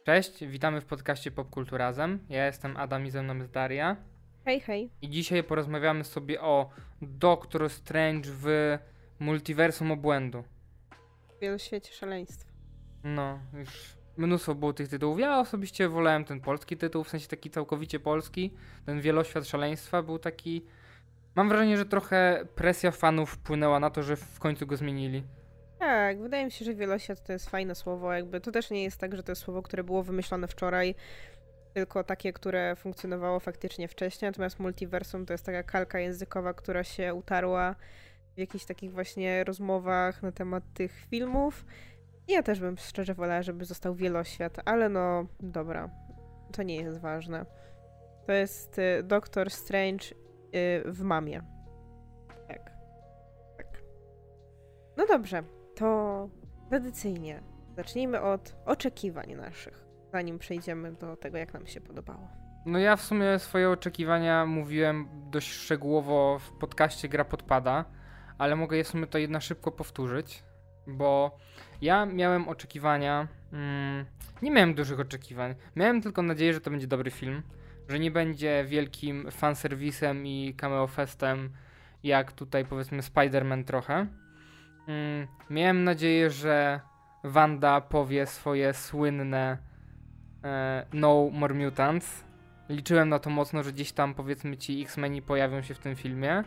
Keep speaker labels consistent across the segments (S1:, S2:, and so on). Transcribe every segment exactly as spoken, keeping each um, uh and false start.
S1: Cześć, witamy w podcaście Popkulturazem. Ja jestem Adam i ze mną jest Daria.
S2: Hej, hej.
S1: I dzisiaj porozmawiamy sobie o Doctor Strange w Multiversum Obłędu.
S2: W Wieloświecie szaleństwa.
S1: No, już mnóstwo było tych tytułów. Ja osobiście wolałem ten polski tytuł, w sensie taki całkowicie polski. Ten Wieloświat Szaleństwa był taki... Mam wrażenie, że trochę presja fanów wpłynęła na to, że w końcu go zmienili.
S2: Tak, wydaje mi się, że wieloświat to jest fajne słowo, jakby to też nie jest tak, że to jest słowo, które było wymyślone wczoraj, tylko takie, które funkcjonowało faktycznie wcześniej, natomiast multiversum to jest taka kalka językowa, która się utarła w jakichś takich właśnie rozmowach na temat tych filmów. I ja też bym szczerze wolała, żeby został wieloświat, ale no dobra, to nie jest ważne. To jest y, Doctor Strange y, w mamie. Tak, tak. No dobrze. To tradycyjnie zacznijmy od oczekiwań naszych, zanim przejdziemy do tego, jak nam się podobało.
S1: No ja w sumie swoje oczekiwania mówiłem dość szczegółowo w podcaście Gra Podpada, ale mogę je w sumie to jedna szybko powtórzyć, bo ja miałem oczekiwania, mm, nie miałem dużych oczekiwań, miałem tylko nadzieję, że to będzie dobry film, że nie będzie wielkim fanserwisem i cameo festem, jak tutaj powiedzmy Spider-Man trochę. Mm, miałem nadzieję, że Wanda powie swoje słynne e, No More Mutants. Liczyłem na to mocno, że gdzieś tam powiedzmy ci X-Meni pojawią się w tym filmie.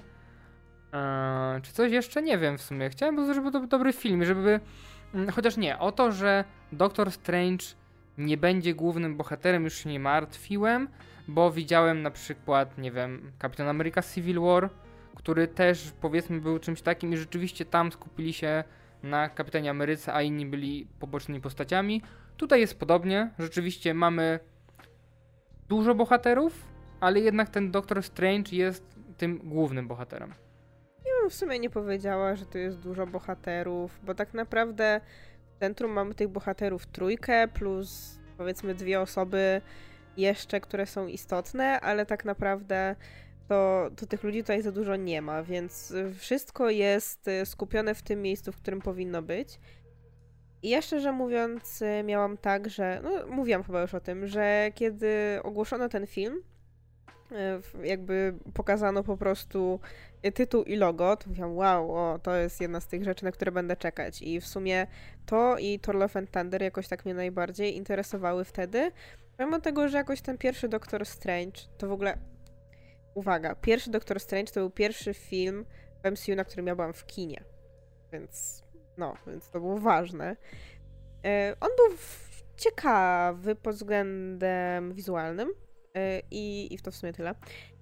S1: E, czy coś jeszcze? Nie wiem w sumie. Chciałem po prostu, żeby to był dobry film, żeby... Mm, chociaż nie, o to, że Doctor Strange nie będzie głównym bohaterem, już się nie martwiłem, bo widziałem na przykład, nie wiem, Kapitan Ameryka Civil War, który też powiedzmy był czymś takim i rzeczywiście tam skupili się na Kapitanie Ameryce, a inni byli pobocznymi postaciami. Tutaj jest podobnie, rzeczywiście mamy dużo bohaterów, ale jednak ten Doctor Strange jest tym głównym bohaterem.
S2: Ja bym w sumie nie powiedziała, że tu jest dużo bohaterów, bo tak naprawdę w centrum mamy tych bohaterów trójkę, plus powiedzmy dwie osoby jeszcze, które są istotne, ale tak naprawdę to, to tych ludzi tutaj za dużo nie ma, więc wszystko jest skupione w tym miejscu, w którym powinno być. I ja szczerze mówiąc miałam tak, że, no mówiłam chyba już o tym, że kiedy ogłoszono ten film, jakby pokazano po prostu tytuł i logo, to mówiłam, wow, o, to jest jedna z tych rzeczy, na które będę czekać. I w sumie to i Thor Love and Thunder jakoś tak mnie najbardziej interesowały wtedy, mimo tego, że jakoś ten pierwszy Doctor Strange, to w ogóle, uwaga, pierwszy Doctor Strange to był pierwszy film w M C U, na którym ja byłam w kinie. Więc, no, więc to było ważne. On był ciekawy pod względem wizualnym i, i w to w sumie tyle.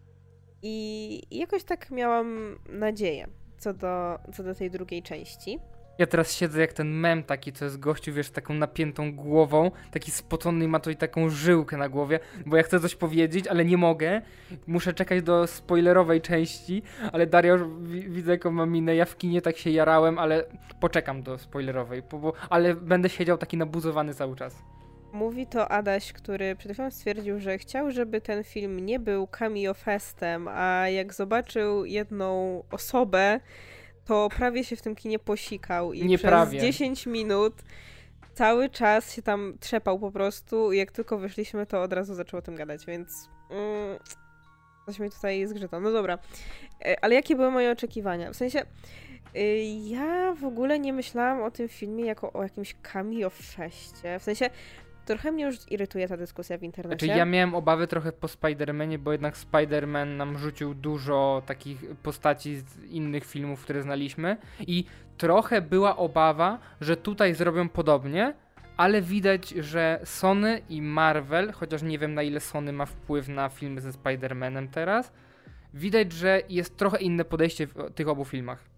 S2: I, i jakoś tak miałam nadzieję co do, co do tej drugiej części.
S1: Ja teraz siedzę jak ten mem taki, co jest gościu, wiesz, z taką napiętą głową, taki spocony i ma tutaj taką żyłkę na głowie, bo ja chcę coś powiedzieć, ale nie mogę. Muszę czekać do spoilerowej części, ale Daria już w- widzę jaką ma minę, ja w kinie tak się jarałem, ale poczekam do spoilerowej, bo, bo, ale będę siedział taki nabuzowany cały czas.
S2: Mówi to Adaś, który przed chwilą stwierdził, że chciał, żeby ten film nie był cameo festem, a jak zobaczył jedną osobę, to prawie się w tym kinie posikał i
S1: Nie
S2: przez
S1: prawie.
S2: dziesięć minut cały czas się tam trzepał po prostu i jak tylko wyszliśmy, to od razu zaczął o tym gadać, więc mm, coś mi tutaj zgrzyta. No dobra, E, ale jakie były moje oczekiwania? W sensie, y, ja w ogóle nie myślałam o tym filmie jako o jakimś cameo feście, w sensie trochę mnie już irytuje ta dyskusja w internecie.
S1: Znaczy ja miałem obawy trochę po Spider-Manie, bo jednak Spider-Man nam rzucił dużo takich postaci z innych filmów, które znaliśmy i trochę była obawa, że tutaj zrobią podobnie, ale widać, że Sony i Marvel, chociaż nie wiem na ile Sony ma wpływ na filmy ze Spider-Manem teraz, widać, że jest trochę inne podejście w tych obu filmach.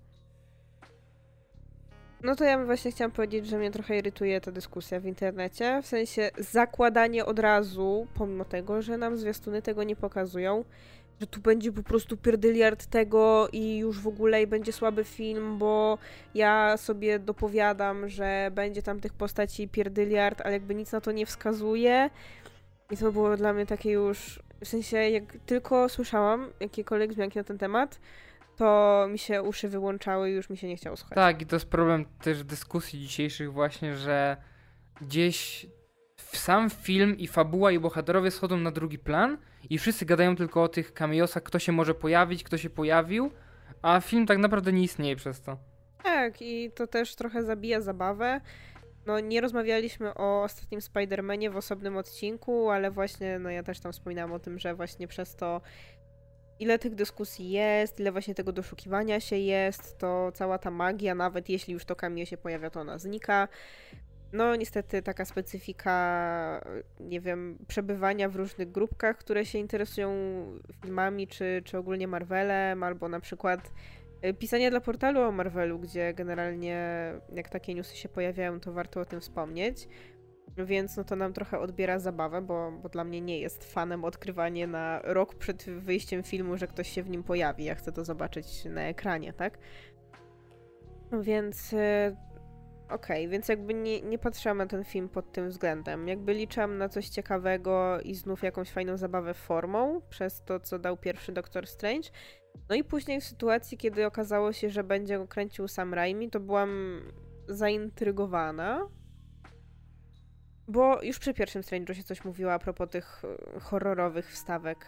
S2: No to ja właśnie chciałam powiedzieć, że mnie trochę irytuje ta dyskusja w internecie, w sensie zakładanie od razu, pomimo tego, że nam zwiastuny tego nie pokazują, że tu będzie po prostu pierdyliard tego i już w ogóle i będzie słaby film, bo ja sobie dopowiadam, że będzie tam tych postaci pierdyliard, ale jakby nic na to nie wskazuje. I to było dla mnie takie już, w sensie jak tylko słyszałam jakiekolwiek wzmianki na ten temat, to mi się uszy wyłączały i już mi się nie chciało słuchać.
S1: Tak, i to jest problem też dyskusji dzisiejszych właśnie, że gdzieś sam film i fabuła i bohaterowie schodzą na drugi plan i wszyscy gadają tylko o tych cameosach, kto się może pojawić, kto się pojawił, a film tak naprawdę nie istnieje przez to.
S2: Tak, i to też trochę zabija zabawę. No nie rozmawialiśmy o ostatnim Spider-Manie w osobnym odcinku, ale właśnie, no ja też tam wspominałam o tym, że właśnie przez to ile tych dyskusji jest, ile właśnie tego doszukiwania się jest, to cała ta magia, nawet jeśli już to cameo się pojawia, to ona znika. No niestety taka specyfika, nie wiem, przebywania w różnych grupkach, które się interesują filmami, czy, czy ogólnie Marvelem, albo na przykład pisanie dla portalu o Marvelu, gdzie generalnie jak takie newsy się pojawiają, to warto o tym wspomnieć. Więc no to nam trochę odbiera zabawę, bo, bo dla mnie nie jest fanem odkrywanie na rok przed wyjściem filmu, że ktoś się w nim pojawi. Ja chcę to zobaczyć na ekranie, tak? Więc okej, okay, więc jakby nie, nie patrzyłam na ten film pod tym względem. Jakby liczyłam na coś ciekawego i znów jakąś fajną zabawę formą, przez to, co dał pierwszy Doctor Strange. No i później w sytuacji, kiedy okazało się, że będzie go kręcił Sam Raimi, to byłam zaintrygowana. Bo już przy pierwszym Strange'u się coś mówiło a propos tych horrorowych wstawek.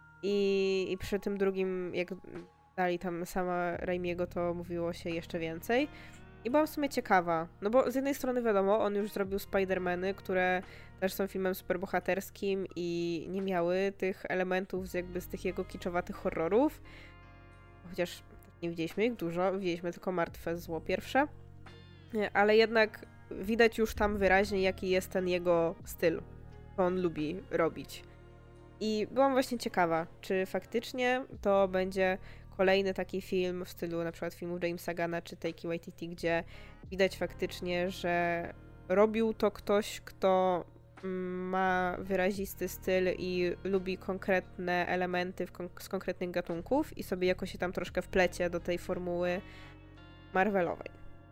S2: I, i przy tym drugim, jak dali tam sama Raimiego, to mówiło się jeszcze więcej. I byłam w sumie ciekawa, no bo z jednej strony wiadomo, on już zrobił Spider-Many, które też są filmem superbohaterskim i nie miały tych elementów z jakby z tych jego kiczowatych horrorów. Chociaż nie widzieliśmy ich dużo, widzieliśmy tylko Martwe Zło pierwsze. Ale jednak widać już tam wyraźnie, jaki jest ten jego styl, co on lubi robić. I byłam właśnie ciekawa, czy faktycznie to będzie kolejny taki film w stylu na przykład filmów Jamesa Gunna czy Taiki Waititi, gdzie widać faktycznie, że robił to ktoś, kto ma wyrazisty styl i lubi konkretne elementy w kon- z konkretnych gatunków i sobie jakoś się tam troszkę wplecie do tej formuły Marvelowej.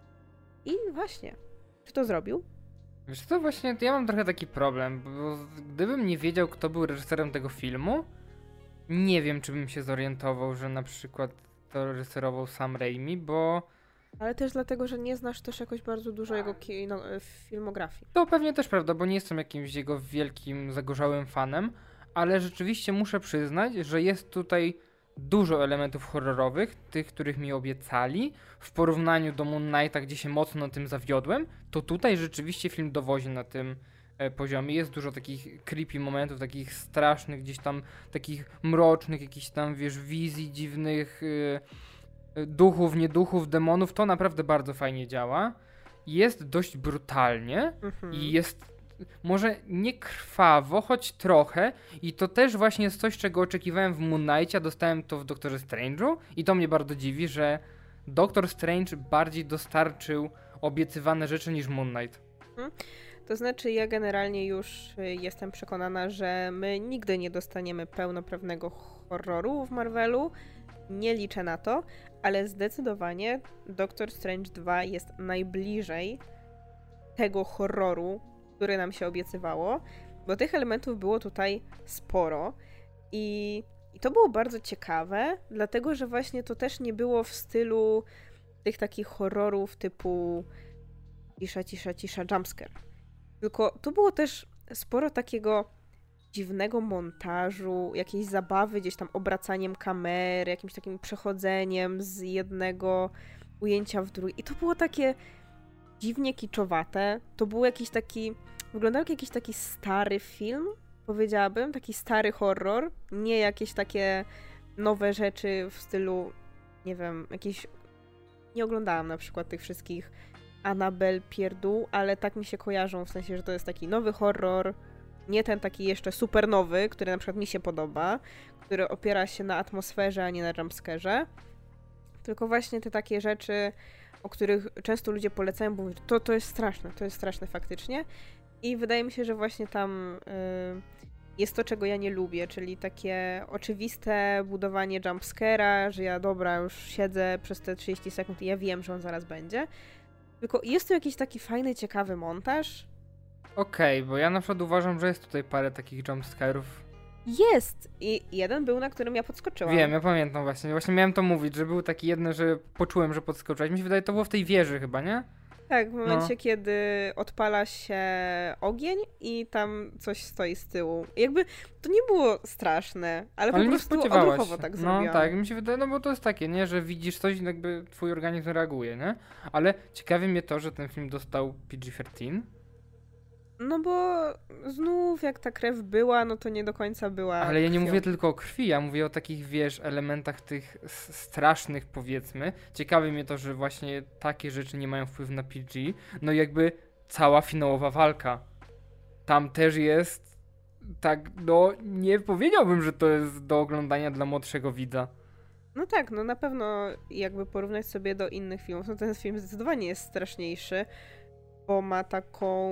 S2: I właśnie, czy to zrobił?
S1: Wiesz co, właśnie ja mam trochę taki problem, bo gdybym nie wiedział, kto był reżyserem tego filmu, nie wiem, czy bym się zorientował, że na przykład to reżyserował Sam Raimi, bo...
S2: Ale też dlatego, że nie znasz też jakoś bardzo dużo jego kino, filmografii.
S1: To pewnie też prawda, bo nie jestem jakimś jego wielkim, zagorzałym fanem, ale rzeczywiście muszę przyznać, że jest tutaj dużo elementów horrorowych, tych, których mi obiecali, w porównaniu do Moon Knighta, gdzie się mocno tym zawiodłem, to tutaj rzeczywiście film dowozi na tym e, poziomie. Jest dużo takich creepy momentów, takich strasznych, gdzieś tam takich mrocznych, jakichś tam, wiesz, wizji dziwnych, e, duchów, nieduchów, demonów. To naprawdę bardzo fajnie działa. Jest dość brutalnie mhm. i jest może nie krwawo, choć trochę i to też właśnie jest coś, czego oczekiwałem w Moon Knightie, a dostałem to w Doktorze Strange'u i to mnie bardzo dziwi, że Doctor Strange bardziej dostarczył obiecywane rzeczy niż Moon Knight.
S2: Hmm. To znaczy ja generalnie już jestem przekonana, że my nigdy nie dostaniemy pełnoprawnego horroru w Marvelu, nie liczę na to, ale zdecydowanie Doctor Strange dwa jest najbliżej tego horroru, które nam się obiecywało, bo tych elementów było tutaj sporo i, i to było bardzo ciekawe, dlatego że właśnie to też nie było w stylu tych takich horrorów typu cisza, cisza, cisza, jumpscare. Tylko tu było też sporo takiego dziwnego montażu, jakiejś zabawy gdzieś tam obracaniem kamery, jakimś takim przechodzeniem z jednego ujęcia w drugie. I to było takie dziwnie kiczowate. To był jakiś taki... Wyglądał jak jakiś taki stary film, powiedziałabym. Taki stary horror. Nie jakieś takie nowe rzeczy w stylu, nie wiem, jakieś... Nie oglądałam na przykład tych wszystkich Annabelle pierdół, ale tak mi się kojarzą, w sensie, że to jest taki nowy horror, nie ten taki jeszcze super nowy, który na przykład mi się podoba, który opiera się na atmosferze, a nie na jumpscarze. Tylko właśnie te takie rzeczy, o których często ludzie polecają, bo mówią, to, to jest straszne, to jest straszne faktycznie. I wydaje mi się, że właśnie tam y, jest to, czego ja nie lubię, czyli takie oczywiste budowanie jumpscare'a, że ja dobra, już siedzę przez te trzydzieści sekund i ja wiem, że on zaraz będzie. Tylko jest tu jakiś taki fajny, ciekawy montaż.
S1: Okej, okay, bo ja na przykład uważam, że jest tutaj parę takich jumpscare'ów.
S2: Jest! I jeden był, na którym ja podskoczyłam.
S1: Wiem, ja pamiętam właśnie. Właśnie miałem to mówić, że był taki jeden, że poczułem, że podskoczyłeś. Mi się wydaje, to było w tej wieży chyba, nie?
S2: Tak, w momencie,
S1: No.
S2: kiedy odpala się ogień i tam coś stoi z tyłu. Jakby to nie było straszne, ale,
S1: Ale
S2: po
S1: nie
S2: prostu
S1: spodziewałaś
S2: odruchowo
S1: się.
S2: tak
S1: No
S2: zrobione.
S1: tak, mi się wydaje, no bo to jest takie, nie, że widzisz coś i jakby twój organizm reaguje, nie? Ale ciekawi mnie to, że ten film dostał P G trzynaście.
S2: No bo znów jak ta krew była, no to nie do końca była
S1: Ale ja nie
S2: krwią.
S1: mówię tylko o krwi, ja mówię o takich, wiesz, elementach tych s- strasznych, powiedzmy. Ciekawi mnie to, że właśnie takie rzeczy nie mają wpływu na P G. No i jakby cała finałowa walka. Tam też jest tak, no nie powiedziałbym, że to jest do oglądania dla młodszego widza.
S2: No tak, no na pewno jakby porównać sobie do innych filmów, no ten film zdecydowanie jest straszniejszy, bo ma taką...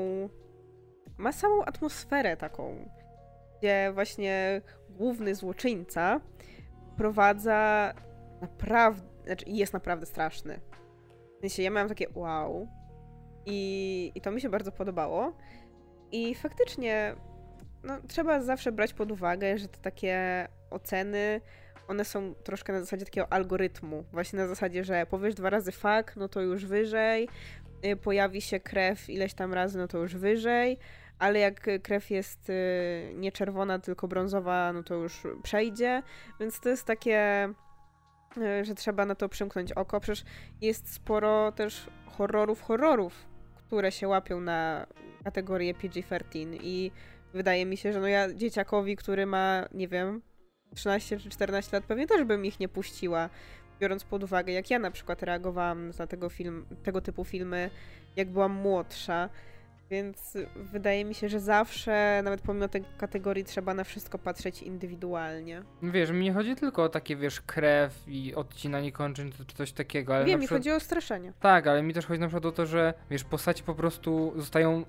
S2: ma samą atmosferę taką, gdzie właśnie główny złoczyńca prowadza naprawdę, znaczy jest naprawdę straszny. W sensie ja miałam takie wow i, i to mi się bardzo podobało i faktycznie no, trzeba zawsze brać pod uwagę, że te takie oceny one są troszkę na zasadzie takiego algorytmu. Właśnie na zasadzie, że powiesz dwa razy fuck, no to już wyżej, y, pojawi się krew ileś tam razy, no to już wyżej, ale jak krew jest y, nie czerwona, tylko brązowa, no to już przejdzie, więc to jest takie, y, że trzeba na to przymknąć oko. Przecież jest sporo też horrorów, horrorów, które się łapią na kategorię P G trzynaście i wydaje mi się, że no ja dzieciakowi, który ma, nie wiem, trzynaście czy czternaście lat, pewnie też bym ich nie puściła, biorąc pod uwagę, jak ja na przykład reagowałam na tego, film, tego typu filmy, jak byłam młodsza. Więc wydaje mi się, że zawsze, nawet pomimo tej kategorii, trzeba na wszystko patrzeć indywidualnie.
S1: Wiesz, mi nie chodzi tylko o takie, wiesz, krew i odcinanie kończyn czy coś takiego, ale
S2: Wiem,
S1: na
S2: mi
S1: przykład...
S2: chodzi o straszenie.
S1: Tak, ale mi też chodzi na przykład o to, że wiesz, postacie po prostu zostają,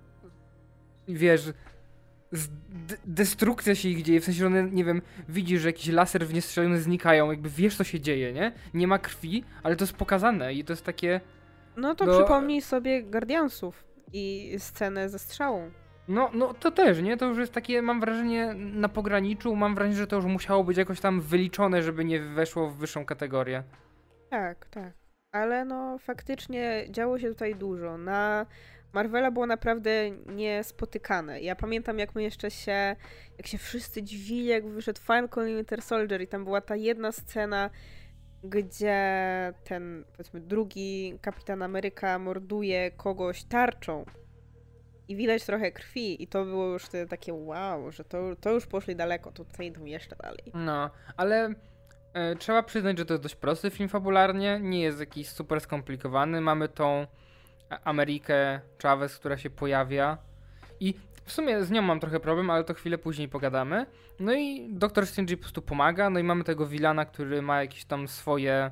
S1: wiesz, z- d- destrukcja się ich dzieje, w sensie, że one, nie wiem, widzisz, że jakiś laser w nie strzeli, one znikają, jakby wiesz, co się dzieje, nie? Nie ma krwi, ale to jest pokazane i to jest takie,
S2: No to
S1: No-
S2: przypomnij sobie Guardiansów i scenę ze strzałą.
S1: no, no to też, nie? To już jest takie, mam wrażenie, na pograniczu, mam wrażenie, że to już musiało być jakoś tam wyliczone, żeby nie weszło w wyższą kategorię.
S2: Tak, tak. Ale no faktycznie działo się tutaj dużo. Na Marvela było naprawdę niespotykane. Ja pamiętam, jak my jeszcze się, jak się wszyscy dziwili, jak wyszedł Falcon i Winter Soldier i tam była ta jedna scena, gdzie ten, powiedzmy, drugi Kapitan Ameryka morduje kogoś tarczą i widać trochę krwi i to było już wtedy takie wow, że to, to już poszli daleko, to tutaj idą jeszcze dalej.
S1: No, ale e, trzeba przyznać, że to jest dość prosty film fabularnie, nie jest jakiś super skomplikowany. Mamy tą Amerykę Chavez, która się pojawia i w sumie z nią mam trochę problem, ale to chwilę później pogadamy. No i Doktor Strange po prostu pomaga, no i mamy tego Villana, który ma jakieś tam swoje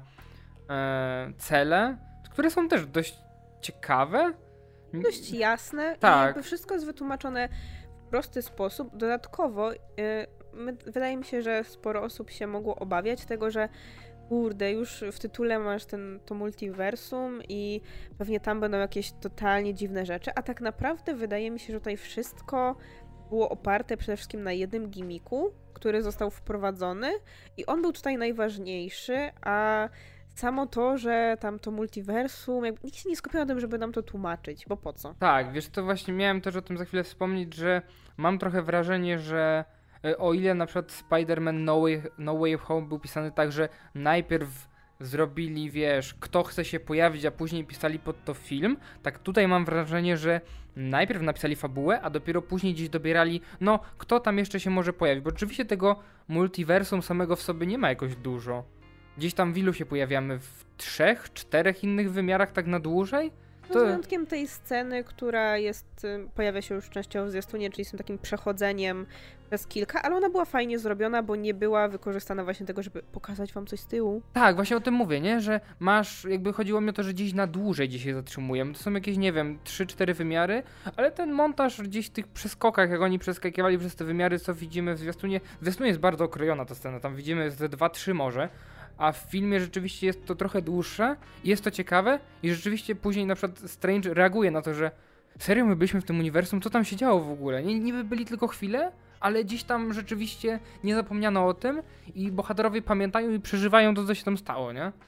S1: e, cele, które są też dość ciekawe.
S2: Dość jasne
S1: Tak.
S2: i jakby wszystko jest wytłumaczone w prosty sposób. Dodatkowo y, my, wydaje mi się, że sporo osób się mogło obawiać tego, że kurde, już w tytule masz ten, to multiversum i pewnie tam będą jakieś totalnie dziwne rzeczy, a tak naprawdę wydaje mi się, że tutaj wszystko było oparte przede wszystkim na jednym gimiku, który został wprowadzony i on był tutaj najważniejszy, a samo to, że tam to multiversum, jakby nikt się nie skupiał na tym, żeby nam to tłumaczyć, bo po co?
S1: Tak, wiesz, to właśnie miałem też o tym za chwilę wspomnieć, że mam trochę wrażenie, że e, o ile na przykład Spider-Man No Way, no Way Home był pisany tak, że najpierw zrobili, wiesz, kto chce się pojawić, a później pisali pod to film, tak tutaj mam wrażenie, że najpierw napisali fabułę, a dopiero później gdzieś dobierali, no, kto tam jeszcze się może pojawić, bo oczywiście tego multiversum samego w sobie nie ma jakoś dużo. Gdzieś tam w ilu się pojawiamy? W trzech, czterech innych wymiarach tak na dłużej?
S2: No, z wyjątkiem tej sceny, która jest, y, pojawia się już częściowo w zwiastunie, czyli z tym takim przechodzeniem przez kilka, ale ona była fajnie zrobiona, bo nie była wykorzystana właśnie tego, żeby pokazać wam coś z tyłu.
S1: Tak, właśnie o tym mówię, nie? Że masz, jakby chodziło mi o to, że gdzieś na dłużej gdzieś się zatrzymujemy. To są jakieś, nie wiem, trzy cztery wymiary, ale ten montaż gdzieś w tych przeskokach, jak oni przeskakiwali przez te wymiary, co widzimy w zwiastunie, w zwiastunie jest bardzo okrojona ta scena, tam widzimy ze dwa trzy może, a w filmie rzeczywiście jest to trochę dłuższe, jest to ciekawe i rzeczywiście później na przykład Strange reaguje na to, że serio my byliśmy w tym uniwersum, co tam się działo w ogóle? Nie, niby byli tylko chwilę, ale gdzieś tam rzeczywiście nie zapomniano o tym i bohaterowie pamiętają i przeżywają to, co się tam stało, nie?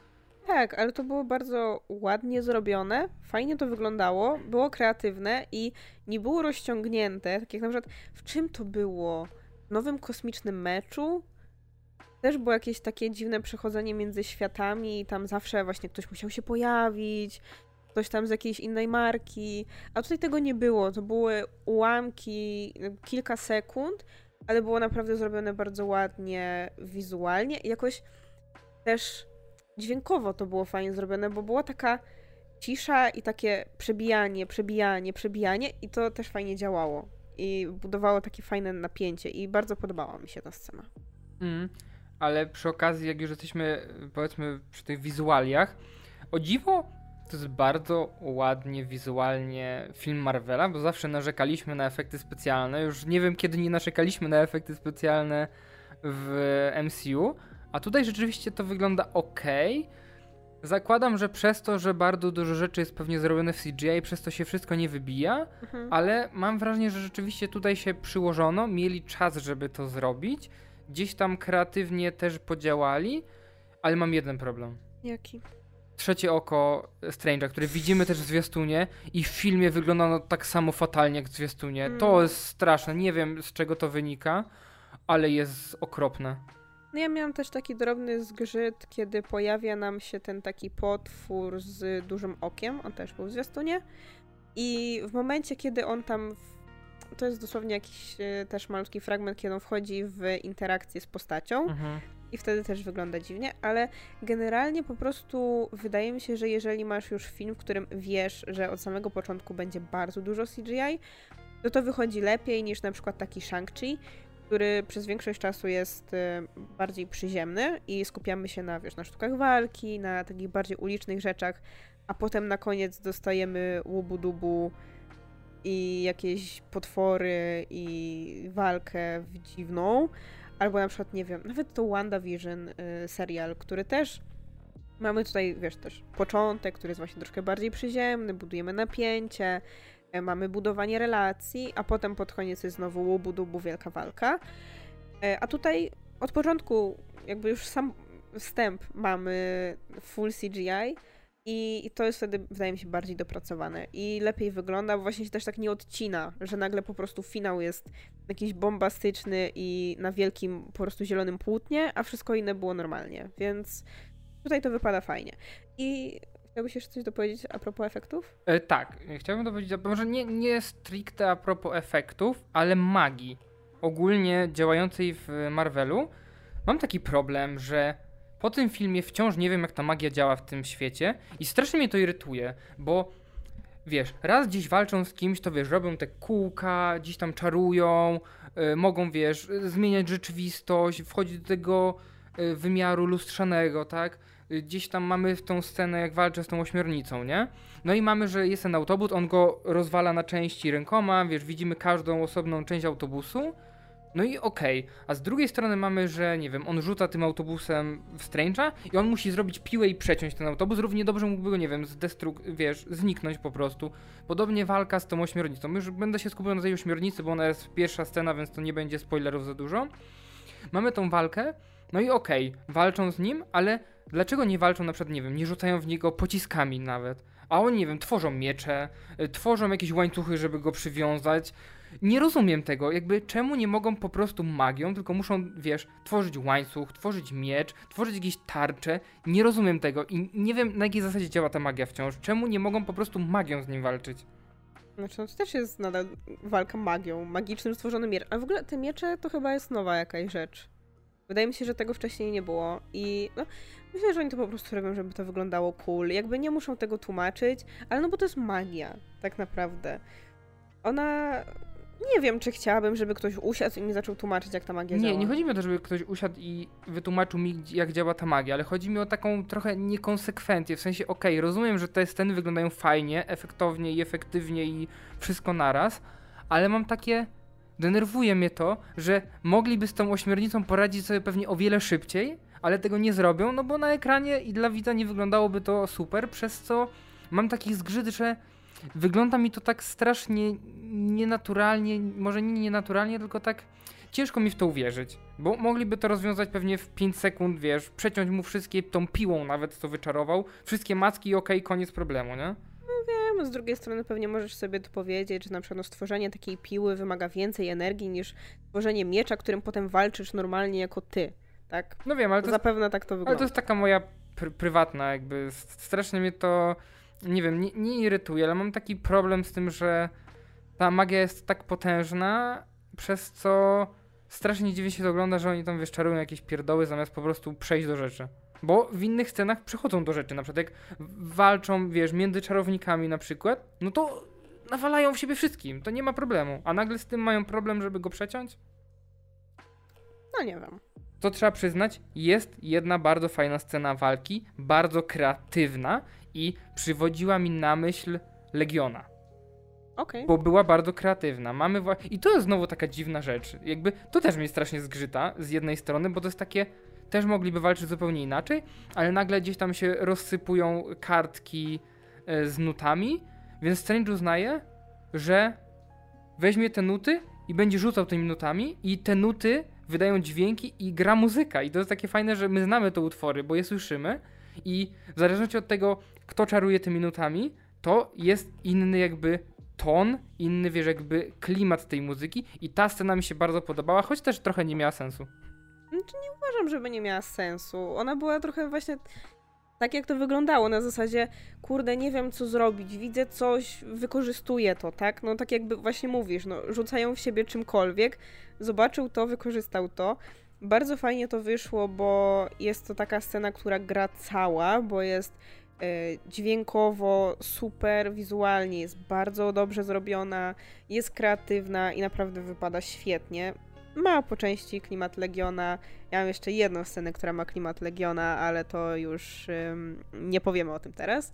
S2: Tak, ale to było bardzo ładnie zrobione, fajnie to wyglądało, było kreatywne i nie było rozciągnięte, tak jak na przykład w czym to było? W Nowym Kosmicznym Meczu? Też było jakieś takie dziwne przechodzenie między światami i tam zawsze właśnie ktoś musiał się pojawić, ktoś tam z jakiejś innej marki, a tutaj tego nie było, to były ułamki, kilka sekund, ale było naprawdę zrobione bardzo ładnie wizualnie i jakoś też dźwiękowo to było fajnie zrobione, bo była taka cisza i takie przebijanie, przebijanie, przebijanie i to też fajnie działało i budowało takie fajne napięcie i bardzo podobała mi się ta scena.
S1: Mm, ale przy okazji, jak już jesteśmy, powiedzmy, przy tych wizualiach, o dziwo to jest bardzo ładnie wizualnie film Marvela, bo zawsze narzekaliśmy na efekty specjalne. Już nie wiem, kiedy nie narzekaliśmy na efekty specjalne w M C U, a tutaj rzeczywiście to wygląda ok. Zakładam, że przez to, że bardzo dużo rzeczy jest pewnie zrobione w C G I, przez to się wszystko nie wybija, mhm. ale mam wrażenie, że rzeczywiście tutaj się przyłożono, mieli czas, żeby to zrobić, gdzieś tam kreatywnie też podziałali, ale mam jeden problem.
S2: Jaki?
S1: Trzecie oko Strange'a, które widzimy też w zwiastunie i w filmie wygląda ono tak samo fatalnie jak w zwiastunie. Mm. To jest straszne, nie wiem z czego to wynika, ale jest okropne.
S2: No ja miałam też taki drobny zgrzyt, kiedy pojawia nam się ten taki potwór z dużym okiem, on też był w zwiastunie i w momencie, kiedy on tam, w... to jest dosłownie jakiś też malutki fragment, kiedy on wchodzi w interakcję z postacią, mhm. i wtedy też wygląda dziwnie, ale generalnie po prostu wydaje mi się, że jeżeli masz już film, w którym wiesz, że od samego początku będzie bardzo dużo C G I, to to wychodzi lepiej niż na przykład taki Shang-Chi, który przez większość czasu jest bardziej przyziemny i skupiamy się na, wiesz, na sztukach walki, na takich bardziej ulicznych rzeczach, a potem na koniec dostajemy łubu-dubu i jakieś potwory i walkę w dziwną. Albo na przykład, nie wiem, nawet to WandaVision y, serial, który też mamy tutaj, wiesz, też początek, który jest właśnie troszkę bardziej przyziemny, budujemy napięcie, y, mamy budowanie relacji, a potem pod koniec jest znowu łubu-dubu, wielka walka. Y, a tutaj od początku jakby już sam wstęp mamy full C G I i, i to jest wtedy, wydaje mi się, bardziej dopracowane i lepiej wygląda, bo właśnie się też tak nie odcina, że nagle po prostu finał jest jakiś bombastyczny i na wielkim po prostu zielonym płótnie, a wszystko inne było normalnie, więc tutaj to wypada fajnie. I chciałbyś jeszcze coś dopowiedzieć a propos efektów?
S1: E, tak, chciałbym dopowiedzieć, może nie, nie stricte a propos efektów, ale magii ogólnie działającej w Marvelu. Mam taki problem, że po tym filmie wciąż nie wiem, jak ta magia działa w tym świecie i strasznie mnie to irytuje, bo wiesz, raz gdzieś walczą z kimś, to wiesz, robią te kółka, gdzieś tam czarują, yy, mogą, wiesz, zmieniać rzeczywistość, wchodzić do tego yy, wymiaru lustrzanego, tak? Yy, gdzieś tam mamy w tą scenę, jak walczę z tą ośmiornicą, nie? No i mamy, że jest ten autobus, on go rozwala na części rękoma, wiesz, widzimy każdą osobną część autobusu. No i okej, okay. A z drugiej strony mamy, że nie wiem, on rzuca tym autobusem w Strange'a i on musi zrobić piłę i przeciąć ten autobus, równie dobrze mógłby go, nie wiem, zdestruk- wiesz, zniknąć po prostu. Podobnie walka z tą ośmiornicą. Już będę się skupiał na tej ośmiornicy, bo ona jest pierwsza scena, więc to nie będzie spoilerów za dużo. Mamy tą walkę, no i okej, okay, walczą z nim, ale dlaczego nie walczą na przykład, nie wiem, nie rzucają w niego pociskami nawet, a oni, nie wiem, tworzą miecze, y, tworzą jakieś łańcuchy, żeby go przywiązać. Nie rozumiem tego, jakby czemu nie mogą po prostu magią, tylko muszą, wiesz, tworzyć łańcuch, tworzyć miecz, tworzyć jakieś tarcze. Nie rozumiem tego i nie wiem, na jakiej zasadzie działa ta magia wciąż. Czemu nie mogą po prostu magią z nim walczyć?
S2: Znaczy, no to też jest nadal walka magią, magicznym stworzonym mieczem. Ale w ogóle te miecze to chyba jest nowa jakaś rzecz. Wydaje mi się, że tego wcześniej nie było i no, myślę, że oni to po prostu robią, żeby to wyglądało cool. Jakby nie muszą tego tłumaczyć, ale no bo to jest magia, tak naprawdę. Ona... Nie wiem, czy chciałabym, żeby ktoś usiadł i mi zaczął tłumaczyć, jak ta magia
S1: nie,
S2: działa.
S1: Nie, nie chodzi mi o to, żeby ktoś usiadł i wytłumaczył mi, jak działa ta magia, ale chodzi mi o taką trochę niekonsekwencję, w sensie okej, okay, rozumiem, że te sceny wyglądają fajnie, efektownie i efektywnie i wszystko naraz, ale mam takie... Denerwuje mnie to, że mogliby z tą ośmiornicą poradzić sobie pewnie o wiele szybciej, ale tego nie zrobią, no bo na ekranie i dla widza nie wyglądałoby to super, przez co mam taki zgrzyt, że wygląda mi to tak strasznie nienaturalnie, może nie nienaturalnie, tylko tak ciężko mi w to uwierzyć, bo mogliby to rozwiązać pewnie w pięć sekund, wiesz, przeciąć mu wszystkie tą piłą nawet, co wyczarował, wszystkie macki i okej, okay, koniec problemu, nie?
S2: Wiem, z drugiej strony pewnie możesz sobie to powiedzieć, że na przykład no, stworzenie takiej piły wymaga więcej energii niż stworzenie miecza, którym potem walczysz normalnie jako ty, tak?
S1: No wiem, ale to
S2: zapewne
S1: jest,
S2: tak to wygląda.
S1: Ale to jest taka moja pr- prywatna jakby, strasznie mnie to, nie wiem, nie, nie irytuje, ale mam taki problem z tym, że ta magia jest tak potężna, przez co strasznie dziwnie się to ogląda, że oni tam wiesz, czarują jakieś pierdoły zamiast po prostu przejść do rzeczy. Bo w innych scenach przechodzą do rzeczy, na przykład jak walczą, wiesz, między czarownikami na przykład, no to nawalają w siebie wszystkim, to nie ma problemu. A nagle z tym mają problem, żeby go przeciąć?
S2: No nie wiem.
S1: To trzeba przyznać, jest jedna bardzo fajna scena walki, bardzo kreatywna i przywodziła mi na myśl Legiona.
S2: Okej. Okay.
S1: Bo była bardzo kreatywna. Mamy wła- I to jest znowu taka dziwna rzecz. Jakby to też mnie strasznie zgrzyta z jednej strony, bo to jest takie, też mogliby walczyć zupełnie inaczej, ale nagle gdzieś tam się rozsypują kartki e, z nutami, więc Strange uznaje, że weźmie te nuty i będzie rzucał tymi nutami i te nuty wydają dźwięki i gra muzyka. I to jest takie fajne, że my znamy te utwory, bo je słyszymy i w zależności od tego, kto czaruje tymi nutami, to jest inny jakby ton, inny, wiesz, jakby klimat tej muzyki i ta scena mi się bardzo podobała, choć też trochę nie miała sensu.
S2: Znaczy nie uważam, żeby nie miała sensu. Ona była trochę właśnie tak, jak to wyglądało, na zasadzie, kurde, nie wiem co zrobić, widzę coś, wykorzystuję to, tak? No tak jakby właśnie mówisz, no rzucają w siebie czymkolwiek, zobaczył to, wykorzystał to. Bardzo fajnie to wyszło, bo jest to taka scena, która gra cała, bo jest dźwiękowo super, wizualnie jest bardzo dobrze zrobiona, jest kreatywna i naprawdę wypada świetnie. Ma po części klimat Legiona. Ja mam jeszcze jedną scenę, która ma klimat Legiona, ale to już ym, nie powiemy o tym teraz.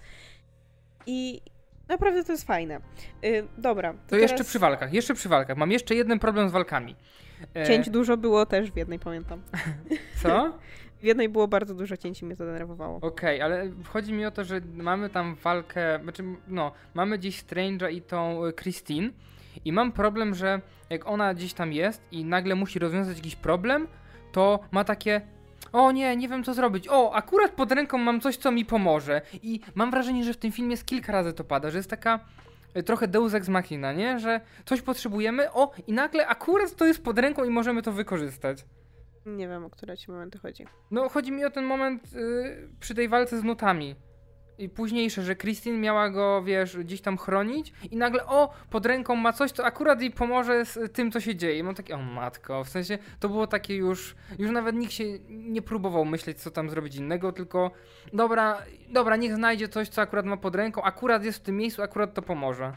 S2: I naprawdę to jest fajne. Yy, dobra. To,
S1: to
S2: teraz...
S1: jeszcze przy walkach, jeszcze przy walkach. Mam jeszcze jeden problem z walkami.
S2: E... Cięć dużo było też w jednej, pamiętam.
S1: Co?
S2: W jednej było bardzo dużo cięć i mnie to denerwowało.
S1: Okej, okay, ale chodzi mi o to, że mamy tam walkę, znaczy no, mamy gdzieś Strange'a i tą Christine i mam problem, że jak ona gdzieś tam jest i nagle musi rozwiązać jakiś problem, to ma takie, o nie, nie wiem co zrobić, o, akurat pod ręką mam coś, co mi pomoże i mam wrażenie, że w tym filmie z kilka razy to pada, że jest taka trochę deus ex machina, nie, że coś potrzebujemy, o, i nagle akurat to jest pod ręką i możemy to wykorzystać.
S2: Nie wiem, o które ci momenty chodzi.
S1: No, chodzi mi o ten moment yy, przy tej walce z nutami. I późniejsze, że Christine miała go, wiesz, gdzieś tam chronić i nagle, o, pod ręką ma coś, co akurat jej pomoże z tym, co się dzieje. I mam takie, o matko, w sensie to było takie już, już nawet nikt się nie próbował myśleć, co tam zrobić innego, tylko dobra, dobra, niech znajdzie coś, co akurat ma pod ręką, akurat jest w tym miejscu, akurat to pomoże.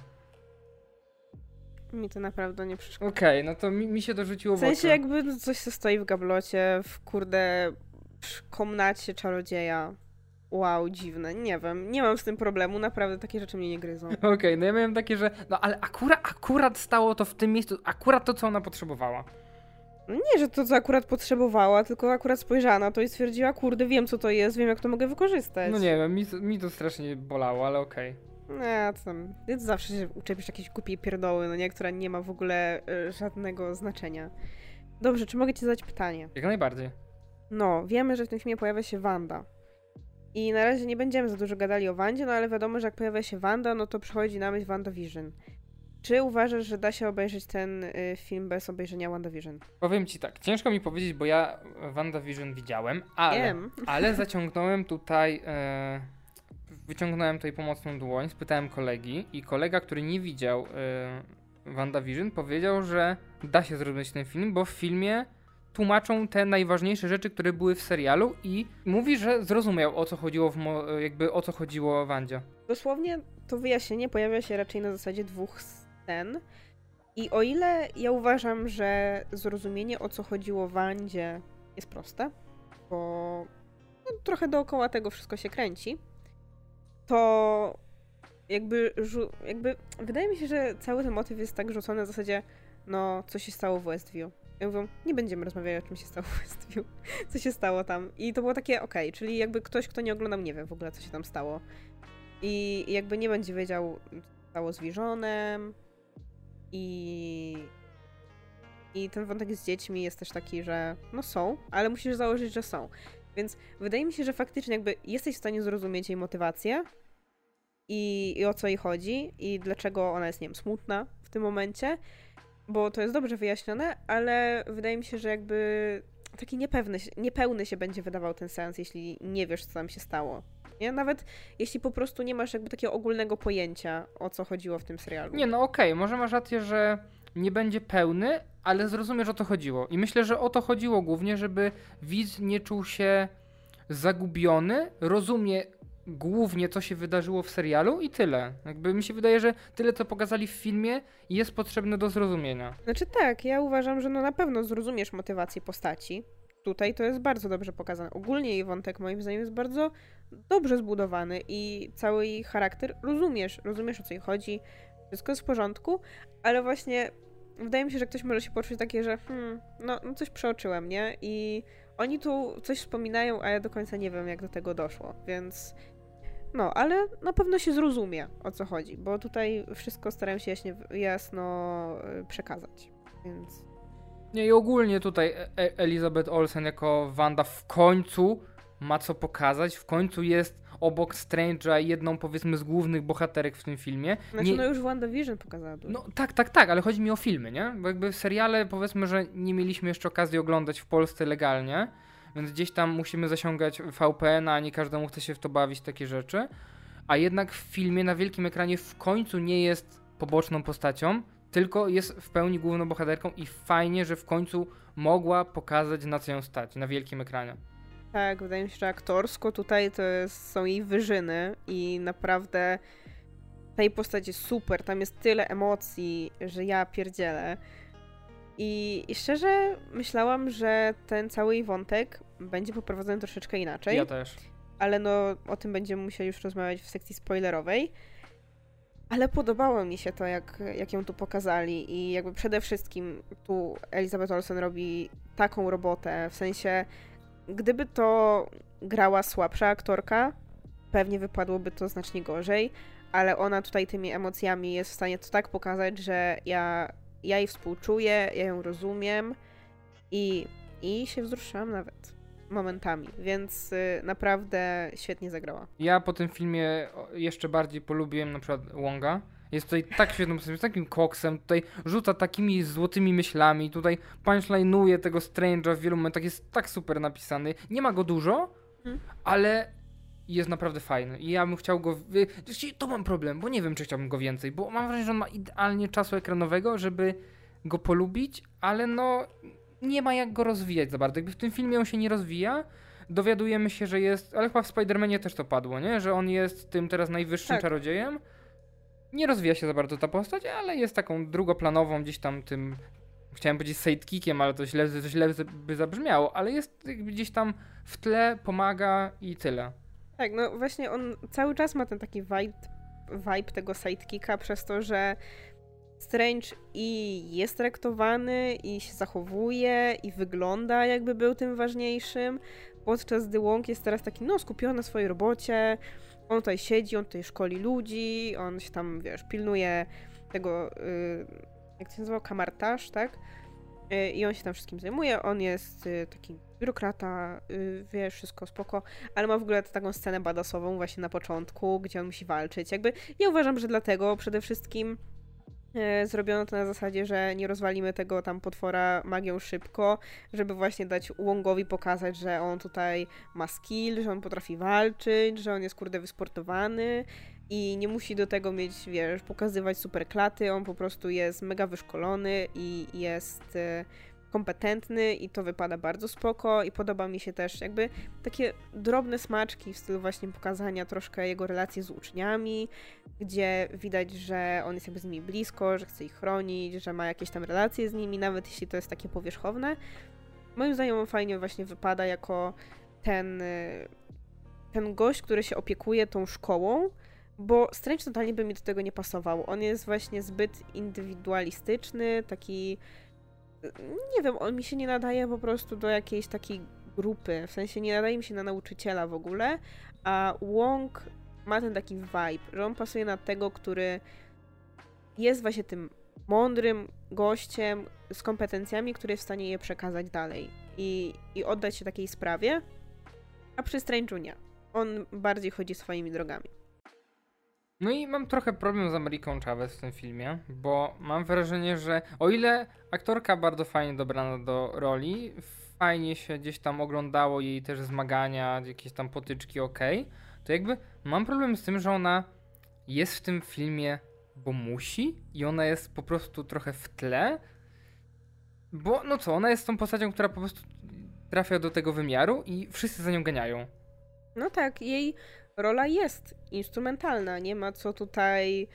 S2: Mi to naprawdę nie przeszkadza.
S1: Okej, okay, no to mi, mi się dorzuciło w oczy.
S2: W sensie jakby coś się stoi w gablocie, w kurde komnacie czarodzieja. Wow, dziwne, nie wiem, nie mam z tym problemu, naprawdę takie rzeczy mnie nie gryzą.
S1: Okej, okay, no ja miałem takie, że no ale akurat, akurat stało to w tym miejscu, akurat to, co ona potrzebowała.
S2: Nie, że to, co akurat potrzebowała, tylko akurat spojrzała na to i stwierdziła, kurde, wiem, co to jest, wiem, jak to mogę wykorzystać.
S1: No nie wiem, mi, mi to strasznie bolało, ale okej. Okay.
S2: Nie, to tam, ty zawsze się uczepisz jakiejś głupiej pierdoły, no nie, która nie ma w ogóle y, żadnego znaczenia. Dobrze, czy mogę ci zadać pytanie?
S1: Jak najbardziej.
S2: No, wiemy, że w tym filmie pojawia się Wanda. I na razie nie będziemy za dużo gadali o Wandzie, no ale wiadomo, że jak pojawia się Wanda, no to przychodzi na myśl WandaVision. Czy uważasz, że da się obejrzeć ten y, film bez obejrzenia WandaVision?
S1: Powiem ci tak, ciężko mi powiedzieć, bo ja WandaVision widziałem, ale,
S2: Wiem.
S1: ale zaciągnąłem tutaj, e, wyciągnąłem tutaj pomocną dłoń, spytałem kolegi i kolega, który nie widział e, WandaVision, powiedział, że da się zrobić ten film, bo w filmie tłumaczą te najważniejsze rzeczy, które były w serialu i mówi, że zrozumiał, o co chodziło w mo- jakby o co chodziło Wandzie.
S2: Dosłownie to wyjaśnienie pojawia się raczej na zasadzie dwóch scen i o ile ja uważam, że zrozumienie, o co chodziło Wandzie jest proste, bo no, trochę dookoła tego wszystko się kręci, to jakby, żu- jakby wydaje mi się, że cały ten motyw jest tak rzucony w zasadzie, no co się stało w Westview. Ja mówię, nie będziemy rozmawiać o czym się stało w Westview, co się stało tam. I to było takie okej, okay, czyli jakby ktoś, kto nie oglądał, nie wie w ogóle, co się tam stało. I jakby nie będzie wiedział, stało z Visionem i i ten wątek z dziećmi jest też taki, że no są, ale musisz założyć, że są. Więc wydaje mi się, że faktycznie jakby jesteś w stanie zrozumieć jej motywację i, i o co jej chodzi i dlaczego ona jest, nie wiem, smutna w tym momencie, bo to jest dobrze wyjaśnione, ale wydaje mi się, że jakby taki niepewny, niepełny się będzie wydawał ten seans, jeśli nie wiesz, co tam się stało. Nie? Nawet jeśli po prostu nie masz jakby takiego ogólnego pojęcia, o co chodziło w tym serialu.
S1: Nie, no okej, okay. Może masz rację, że nie będzie pełny, ale zrozumiesz, o to chodziło. I myślę, że o to chodziło głównie, żeby widz nie czuł się zagubiony, rozumie głównie, co się wydarzyło w serialu i tyle. Jakby mi się wydaje, że tyle, co pokazali w filmie, jest potrzebne do zrozumienia.
S2: Znaczy tak, ja uważam, że no na pewno zrozumiesz motywację postaci. Tutaj to jest bardzo dobrze pokazane. Ogólnie jej wątek moim zdaniem jest bardzo dobrze zbudowany i cały jej charakter rozumiesz. Rozumiesz, o co jej chodzi. Wszystko jest w porządku, ale właśnie wydaje mi się, że ktoś może się poczuć takie, że hmm, no, no coś przeoczyłem, nie? I oni tu coś wspominają, a ja do końca nie wiem, jak do tego doszło, więc no, ale na pewno się zrozumie, o co chodzi, bo tutaj wszystko starałem się jaśnie, jasno przekazać, więc...
S1: Nie, i ogólnie tutaj e- Elizabeth Olsen jako Wanda w końcu ma co pokazać, w końcu jest obok Strange'a jedną, powiedzmy, z głównych bohaterek w tym filmie.
S2: Znaczy, nie... no już WandaVision pokazała dużo.
S1: No tak, tak, tak, ale chodzi mi o filmy, nie? Bo jakby seriale, powiedzmy, że nie mieliśmy jeszcze okazji oglądać w Polsce legalnie, więc gdzieś tam musimy zasiągać V P N, a nie każdemu chce się w to bawić, takie rzeczy. A jednak w filmie na wielkim ekranie w końcu nie jest poboczną postacią, tylko jest w pełni główną bohaterką i fajnie, że w końcu mogła pokazać, na co ją stać na wielkim ekranie.
S2: Tak, wydaje mi się, że aktorsko tutaj to jest, są jej wyżyny i naprawdę ta jej postać jest super, tam jest tyle emocji, że ja pierdzielę. I, I szczerze myślałam, że ten cały jej wątek będzie poprowadzony troszeczkę inaczej.
S1: Ja też.
S2: Ale no o tym będziemy musieli już rozmawiać w sekcji spoilerowej. Ale podobało mi się to, jak, jak ją tu pokazali i jakby przede wszystkim tu Elizabeth Olsen robi taką robotę, w sensie gdyby to grała słabsza aktorka, pewnie wypadłoby to znacznie gorzej, ale ona tutaj tymi emocjami jest w stanie to tak pokazać, że ja, ja jej współczuję, ja ją rozumiem i, i się wzruszyłam nawet momentami, więc y, naprawdę świetnie zagrała.
S1: Ja po tym filmie jeszcze bardziej polubiłem na przykład Wonga. Jest tutaj tak świetną postacią, takim koksem, tutaj rzuca takimi złotymi myślami, tutaj punchline'uje tego Strange'a w wielu momentach, jest tak super napisany. Nie ma go dużo, hmm. ale jest naprawdę fajny i ja bym chciał go... Wy... To mam problem, bo nie wiem, czy chciałbym go więcej, bo mam wrażenie, że on ma idealnie czasu ekranowego, żeby go polubić, ale no nie ma jak go rozwijać za bardzo. Jakby w tym filmie on się nie rozwija, dowiadujemy się, że jest... Ale chyba w Spider-Manie też to padło, nie? Że on jest tym teraz najwyższym tak. czarodziejem. Nie rozwija się za bardzo ta postać, ale jest taką drugoplanową gdzieś tam tym, chciałem powiedzieć sidekickiem, ale to źle, to źle by zabrzmiało, ale jest jakby gdzieś tam w tle, pomaga i tyle.
S2: Tak, no właśnie on cały czas ma ten taki vibe, vibe tego sidekicka przez to, że Strange i jest traktowany i się zachowuje i wygląda jakby był tym ważniejszym, podczas gdy Wong jest teraz taki no skupiony na swojej robocie. On tutaj siedzi, on tutaj szkoli ludzi, on się tam, wiesz, pilnuje tego, yy, jak to się nazywał, kamartaż, tak? Yy, I on się tam wszystkim zajmuje, on jest yy, taki biurokrata, yy, wiesz, wszystko spoko, ale ma w ogóle taką scenę badasową właśnie na początku, gdzie on musi walczyć. Jakby ja uważam, że dlatego przede wszystkim yy, zrobiono to na zasadzie, że nie rozwalimy tego tam potwora magią szybko, żeby właśnie dać Wongowi pokazać, że on tutaj ma skill, że on potrafi walczyć, że on jest kurde wysportowany i nie musi do tego mieć, wiesz, pokazywać super klaty, on po prostu jest mega wyszkolony i jest yy, kompetentny i to wypada bardzo spoko i podoba mi się też jakby takie drobne smaczki w stylu właśnie pokazania troszkę jego relacji z uczniami, gdzie widać, że on jest jakby z nimi blisko, że chce ich chronić, że ma jakieś tam relacje z nimi, nawet jeśli to jest takie powierzchowne. Moim zdaniem on fajnie właśnie wypada jako ten, ten gość, który się opiekuje tą szkołą, bo Strange totalnie by mi do tego nie pasował. On jest właśnie zbyt indywidualistyczny, taki nie wiem, on mi się nie nadaje po prostu do jakiejś takiej grupy, w sensie nie nadaje mi się na nauczyciela w ogóle, a Wong ma ten taki vibe, że on pasuje na tego, który jest właśnie tym mądrym gościem z kompetencjami, który jest w stanie je przekazać dalej i, i oddać się takiej sprawie, a przy Strange'u nie. On bardziej chodzi swoimi drogami.
S1: No i mam trochę problem z Ameriką Chavez w tym filmie, bo mam wrażenie, że o ile aktorka bardzo fajnie dobrana do roli, fajnie się gdzieś tam oglądało jej też zmagania, jakieś tam potyczki, okej, to jakby mam problem z tym, że ona jest w tym filmie, bo musi i ona jest po prostu trochę w tle, bo no co, ona jest tą postacią, która po prostu trafia do tego wymiaru i wszyscy za nią ganiają.
S2: No tak, jej rola jest instrumentalna, nie ma co tutaj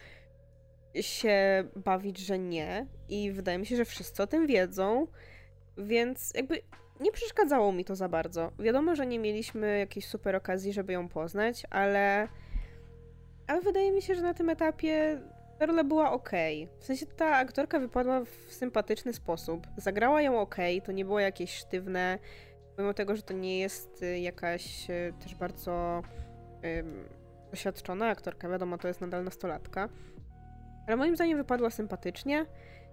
S2: się bawić, że nie i wydaje mi się, że wszyscy o tym wiedzą, więc jakby nie przeszkadzało mi to za bardzo. Wiadomo, że nie mieliśmy jakiejś super okazji, żeby ją poznać, ale ale wydaje mi się, że na tym etapie ta rola była okej. W sensie ta aktorka wypadła w sympatyczny sposób. Zagrała ją okej, to nie było jakieś sztywne, mimo tego, że to nie jest y, jakaś y, też bardzo ym, doświadczona aktorka, wiadomo, to jest nadal nastolatka. Ale moim zdaniem wypadła sympatycznie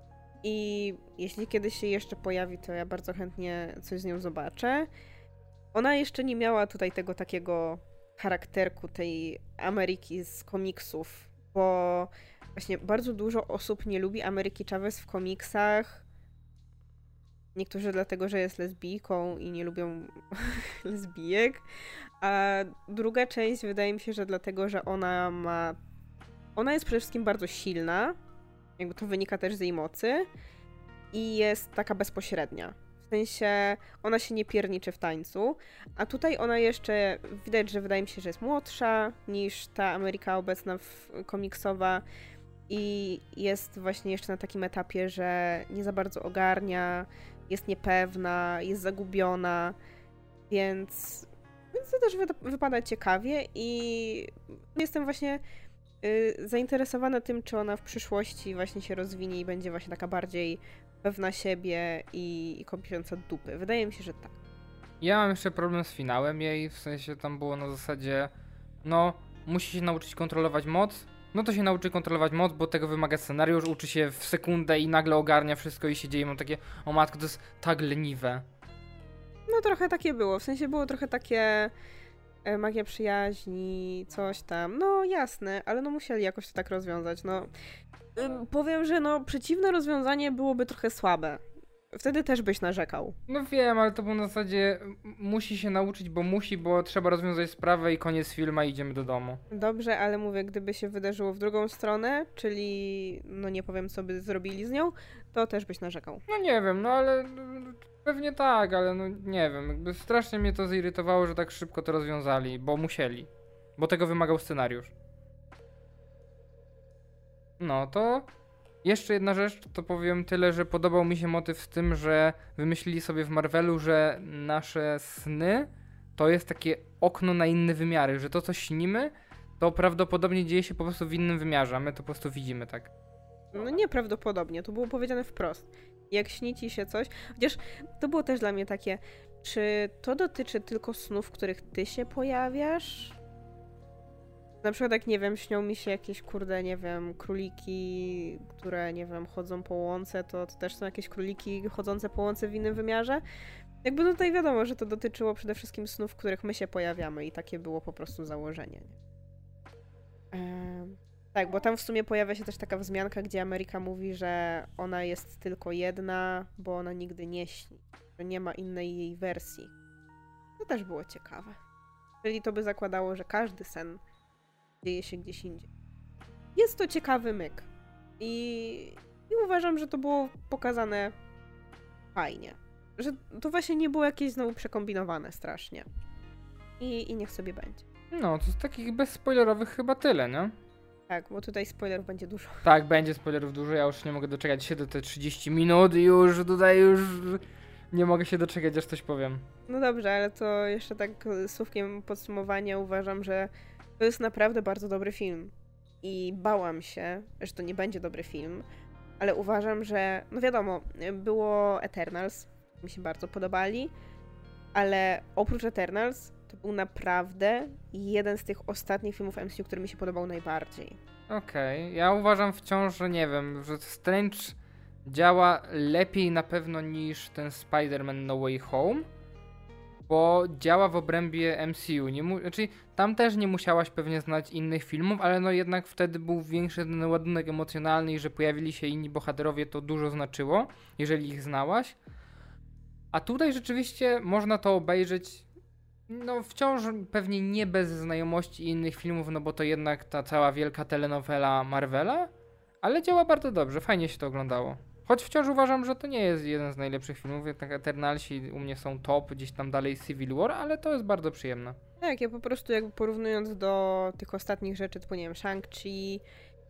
S2: i jeśli kiedyś się jeszcze pojawi, to ja bardzo chętnie coś z nią zobaczę. Ona jeszcze nie miała tutaj tego takiego charakterku tej Ameryki z komiksów, bo właśnie bardzo dużo osób nie lubi Ameryki Chavez w komiksach. Niektórzy dlatego, że jest lesbijką i nie lubią lesbijek, a druga część wydaje mi się, że dlatego, że ona ma... Ona jest przede wszystkim bardzo silna, jakby to wynika też z jej mocy i jest taka bezpośrednia. W sensie ona się nie pierniczy w tańcu, a tutaj ona jeszcze widać, że wydaje mi się, że jest młodsza niż ta Ameryka obecna w, komiksowa i jest właśnie jeszcze na takim etapie, że nie za bardzo ogarnia, jest niepewna, jest zagubiona, więc, więc to też wy, wypada ciekawie i jestem właśnie y, zainteresowana tym, czy ona w przyszłości właśnie się rozwinie i będzie właśnie taka bardziej pewna siebie i, i kopiąca dupy. Wydaje mi się, że tak.
S1: Ja mam jeszcze problem z finałem jej, w sensie tam było na zasadzie, no, musi się nauczyć kontrolować moc, no to się nauczy kontrolować moc, bo tego wymaga scenariusz, uczy się w sekundę i nagle ogarnia wszystko i się dzieje, mam takie, o matko, to jest tak leniwe.
S2: No trochę takie było, w sensie było trochę takie e, magia przyjaźni, coś tam, no jasne, ale no musieli jakoś to tak rozwiązać, no. Ym, powiem, że no przeciwne rozwiązanie byłoby trochę słabe. Wtedy też byś narzekał.
S1: No wiem, ale to było na zasadzie, m- musi się nauczyć, bo musi, bo trzeba rozwiązać sprawę i koniec filmu i idziemy do domu.
S2: Dobrze, ale mówię, gdyby się wydarzyło w drugą stronę, czyli no nie powiem, co by zrobili z nią, to też byś narzekał.
S1: No nie wiem, no ale no, pewnie tak, ale no nie wiem, jakby strasznie mnie to zirytowało, że tak szybko to rozwiązali, bo musieli, bo tego wymagał scenariusz. No to jeszcze jedna rzecz, to powiem tyle, że podobał mi się motyw z tym, że wymyślili sobie w Marvelu, że nasze sny to jest takie okno na inne wymiary, że to co śnimy, to prawdopodobnie dzieje się po prostu w innym wymiarze, a my to po prostu widzimy tak.
S2: No nieprawdopodobnie, to było powiedziane wprost. Jak śni ci się coś, chociaż to było też dla mnie takie, czy to dotyczy tylko snów, w których ty się pojawiasz? Na przykład jak, nie wiem, śnią mi się jakieś, kurde, nie wiem, króliki, które, nie wiem, chodzą po łące, to, to też są jakieś króliki chodzące po łące w innym wymiarze? Jakby no tutaj wiadomo, że to dotyczyło przede wszystkim snów, w których my się pojawiamy i takie było po prostu założenie. Nie? Ehm, tak, bo tam w sumie pojawia się też taka wzmianka, gdzie Ameryka mówi, że ona jest tylko jedna, bo ona nigdy nie śni, że nie ma innej jej wersji. To też było ciekawe. Czyli to by zakładało, że każdy sen dzieje się gdzieś indziej. Jest to ciekawy myk. I, i uważam, że to było pokazane fajnie. Że to właśnie nie było jakieś znowu przekombinowane strasznie. I, i niech sobie będzie.
S1: No, to z takich bezspoilerowych chyba tyle, nie?
S2: Tak, bo tutaj spoilerów będzie dużo.
S1: Tak, będzie spoilerów dużo, ja już nie mogę doczekać się do te trzydzieści minut i już tutaj już nie mogę się doczekać, aż coś powiem.
S2: No dobrze, ale to jeszcze tak słówkiem podsumowania uważam, że to jest naprawdę bardzo dobry film. I bałam się, że to nie będzie dobry film, ale uważam, że, no wiadomo, było Eternals, mi się bardzo podobali, ale oprócz Eternals to był naprawdę jeden z tych ostatnich filmów M C U, który mi się podobał najbardziej.
S1: Okej, okay. Ja uważam wciąż, że nie wiem, że Strange działa lepiej na pewno niż ten Spider-Man No Way Home, bo działa w obrębie M C U. Nie mu- znaczy, tam też nie musiałaś pewnie znać innych filmów, ale no jednak wtedy był większy ten ładunek emocjonalny i że pojawili się inni bohaterowie, to dużo znaczyło, jeżeli ich znałaś. A tutaj rzeczywiście można to obejrzeć, no wciąż pewnie nie bez znajomości innych filmów, no bo to jednak ta cała wielka telenowela Marvela, ale działa bardzo dobrze, fajnie się to oglądało. Choć wciąż uważam, że to nie jest jeden z najlepszych filmów, jednak Eternalsi u mnie są top, gdzieś tam dalej Civil War, ale to jest bardzo przyjemne.
S2: Tak, ja po prostu jakby porównując do tych ostatnich rzeczy, typu nie wiem, Shang-Chi,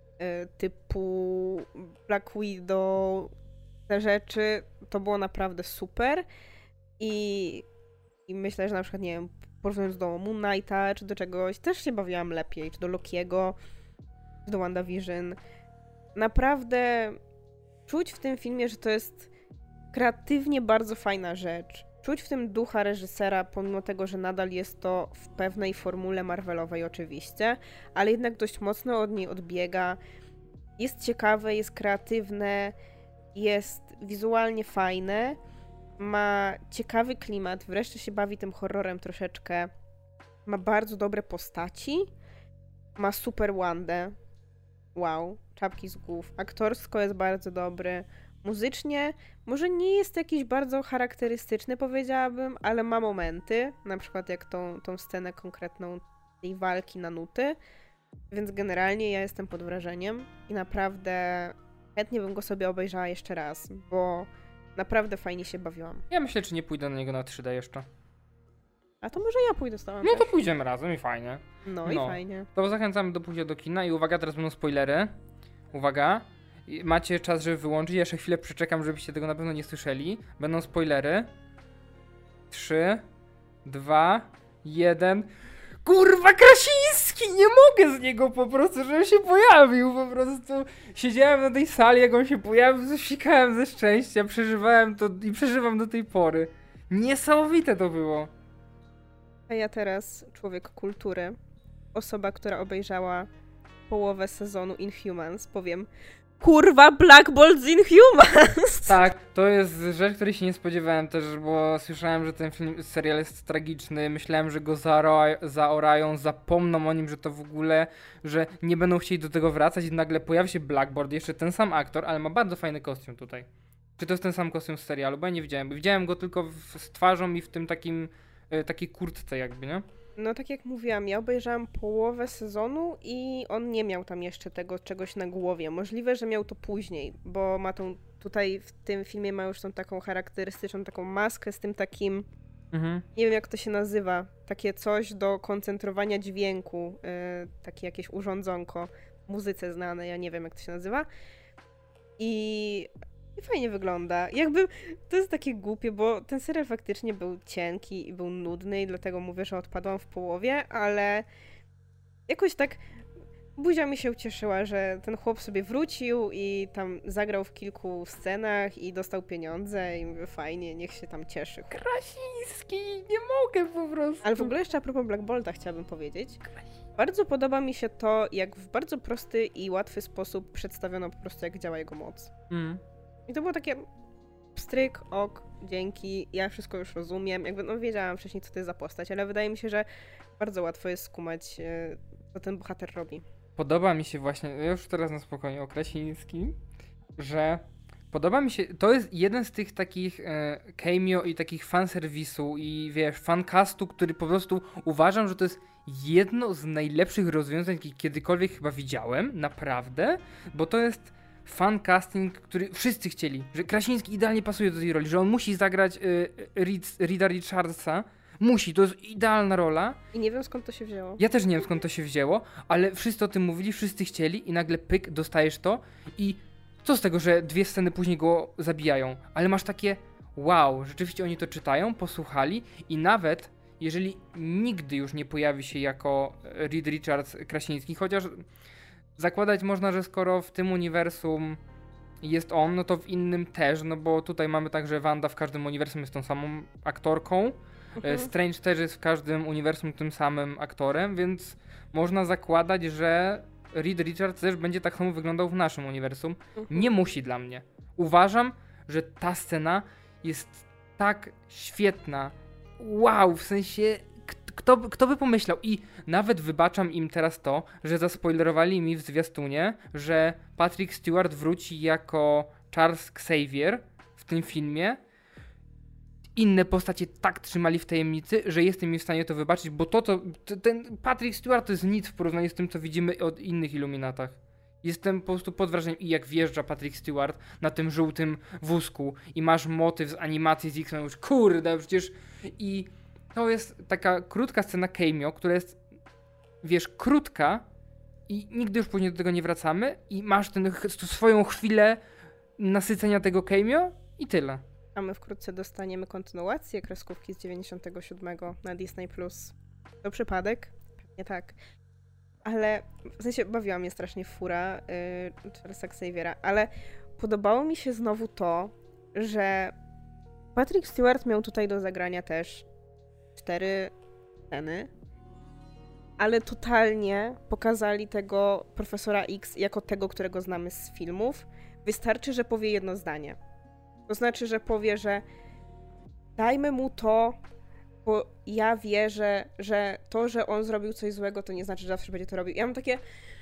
S2: typu Black Widow, te rzeczy, to było naprawdę super i, i myślę, że na przykład, nie wiem, porównując do Moon Knighta, czy do czegoś, też się bawiłam lepiej, czy do Lokiego, czy do WandaVision. Naprawdę czuć w tym filmie, że to jest kreatywnie bardzo fajna rzecz. Czuć w tym ducha reżysera, pomimo tego, że nadal jest to w pewnej formule Marvelowej oczywiście, ale jednak dość mocno od niej odbiega. Jest ciekawe, jest kreatywne, jest wizualnie fajne, ma ciekawy klimat, wreszcie się bawi tym horrorem troszeczkę. Ma bardzo dobre postaci, ma super Wandę. Wow, czapki z głów. Aktorsko jest bardzo dobry. Muzycznie może nie jest jakiś bardzo charakterystyczny, powiedziałabym, ale ma momenty, na przykład jak tą, tą scenę konkretną tej walki na nuty, więc generalnie ja jestem pod wrażeniem i naprawdę chętnie bym go sobie obejrzała jeszcze raz, bo naprawdę fajnie się bawiłam.
S1: Ja myślę, czy nie pójdę na niego na trzy D jeszcze.
S2: A to może ja pójdę z tobą.
S1: No to pójdziemy razem i fajnie.
S2: No,
S1: no.
S2: i fajnie.
S1: To zachęcamy do pójścia do kina i uwaga, teraz będą spoilery. Uwaga. Macie czas, żeby wyłączyć. Ja jeszcze chwilę przeczekam, żebyście tego na pewno nie słyszeli. Będą spoilery. trzy, dwa, jeden. Kurwa, Krasiński! Nie mogę z niego po prostu, żeby się pojawił. Po prostu siedziałem na tej sali, jak on się pojawił, sikałem ze szczęścia, przeżywałem to i przeżywam do tej pory. Niesamowite to było.
S2: A ja teraz, człowiek kultury, osoba, która obejrzała połowę sezonu Inhumans, powiem: kurwa, Black Bolt z Inhumans!
S1: Tak, to jest rzecz, której się nie spodziewałem też, bo słyszałem, że ten film, serial jest tragiczny, myślałem, że go zaora- zaorają, zapomną o nim, że to w ogóle, że nie będą chcieli do tego wracać i nagle pojawi się Blackboard, jeszcze ten sam aktor, ale ma bardzo fajny kostium tutaj. Czy to jest ten sam kostium z serialu? Bo ja nie widziałem, widziałem go tylko w, z twarzą i w tym takim, y, takiej kurtce jakby, nie?
S2: No tak jak mówiłam, ja obejrzałam połowę sezonu i on nie miał tam jeszcze tego czegoś na głowie. Możliwe, że miał to później, bo ma tą, tutaj w tym filmie ma już tą taką charakterystyczną taką maskę z tym takim, mhm. nie wiem jak to się nazywa, takie coś do koncentrowania dźwięku, yy, takie jakieś urządzonko w muzyce znane, ja nie wiem jak to się nazywa. I... I fajnie wygląda. Jakby to jest takie głupie, bo ten serial faktycznie był cienki i był nudny i dlatego mówię, że odpadłam w połowie, ale jakoś tak buzia mi się ucieszyła, że ten chłop sobie wrócił i tam zagrał w kilku scenach i dostał pieniądze i mówię, fajnie, niech się tam cieszy.
S1: Krasiński, nie mogę po prostu.
S2: Ale w ogóle jeszcze a propos Black Bolta chciałabym powiedzieć. Bardzo podoba mi się to, jak w bardzo prosty i łatwy sposób przedstawiono po prostu, jak działa jego moc. Mm. I to było takie pstryk, ok, dzięki, ja wszystko już rozumiem. Jakby, no wiedziałam wcześniej, co to jest za postać, ale wydaje mi się, że bardzo łatwo jest skumać, co ten bohater robi.
S1: Podoba mi się właśnie, już teraz na spokojnie o Krasińskim, że podoba mi się, to jest jeden z tych takich e, cameo i takich fanserwisu i wiesz, fancastu, który po prostu uważam, że to jest jedno z najlepszych rozwiązań, jakie kiedykolwiek chyba widziałem, naprawdę, bo to jest fan casting, który wszyscy chcieli, że Krasiński idealnie pasuje do tej roli, że on musi zagrać y, Reed, Reeda Richardsa, musi, to jest idealna rola.
S2: I nie wiem skąd to się wzięło.
S1: Ja też nie wiem skąd to się wzięło, ale wszyscy o tym mówili, wszyscy chcieli i nagle pyk, dostajesz to i co z tego, że dwie sceny później go zabijają, ale masz takie wow, rzeczywiście oni to czytają, posłuchali i nawet jeżeli nigdy już nie pojawi się jako Reed Richards Krasiński, chociaż zakładać można, że skoro w tym uniwersum jest on, no to w innym też, no bo tutaj mamy tak, że Wanda w każdym uniwersum jest tą samą aktorką, mhm. Strange też jest w każdym uniwersum tym samym aktorem, więc można zakładać, że Reed Richards też będzie tak samo wyglądał w naszym uniwersum.
S2: Mhm.
S1: Nie musi dla mnie. Uważam, że ta scena jest tak świetna. Wow, w sensie kto, kto by pomyślał? I nawet wybaczam im teraz to, że zaspoilerowali mi w zwiastunie, że Patrick Stewart wróci jako Charles Xavier w tym filmie. Inne postacie tak trzymali w tajemnicy, że jestem mi w stanie to wybaczyć, bo to, to ten Patrick Stewart to jest nic w porównaniu z tym, co widzimy od innych Illuminatach. Jestem po prostu pod wrażeniem i jak wjeżdża Patrick Stewart na tym żółtym wózku i masz motyw z animacji z X-Men, już kurde, przecież i to jest taka krótka scena cameo, która jest, wiesz, krótka i nigdy już później do tego nie wracamy i masz tę swoją chwilę nasycenia tego cameo i tyle.
S2: A my wkrótce dostaniemy kontynuację kreskówki z dziewięćdziesiątego siódmego na Disney plus. To przypadek? Pewnie tak. Ale w sensie bawiła mnie strasznie fura yy, Charlesa Xaviera, ale podobało mi się znowu to, że Patrick Stewart miał tutaj do zagrania też cztery sceny, ale totalnie pokazali tego Profesora X jako tego, którego znamy z filmów. Wystarczy, że powie jedno zdanie. To znaczy, że powie, że dajmy mu to, bo ja wierzę, że to, że on zrobił coś złego, to nie znaczy, że zawsze będzie to robił. Ja mam takie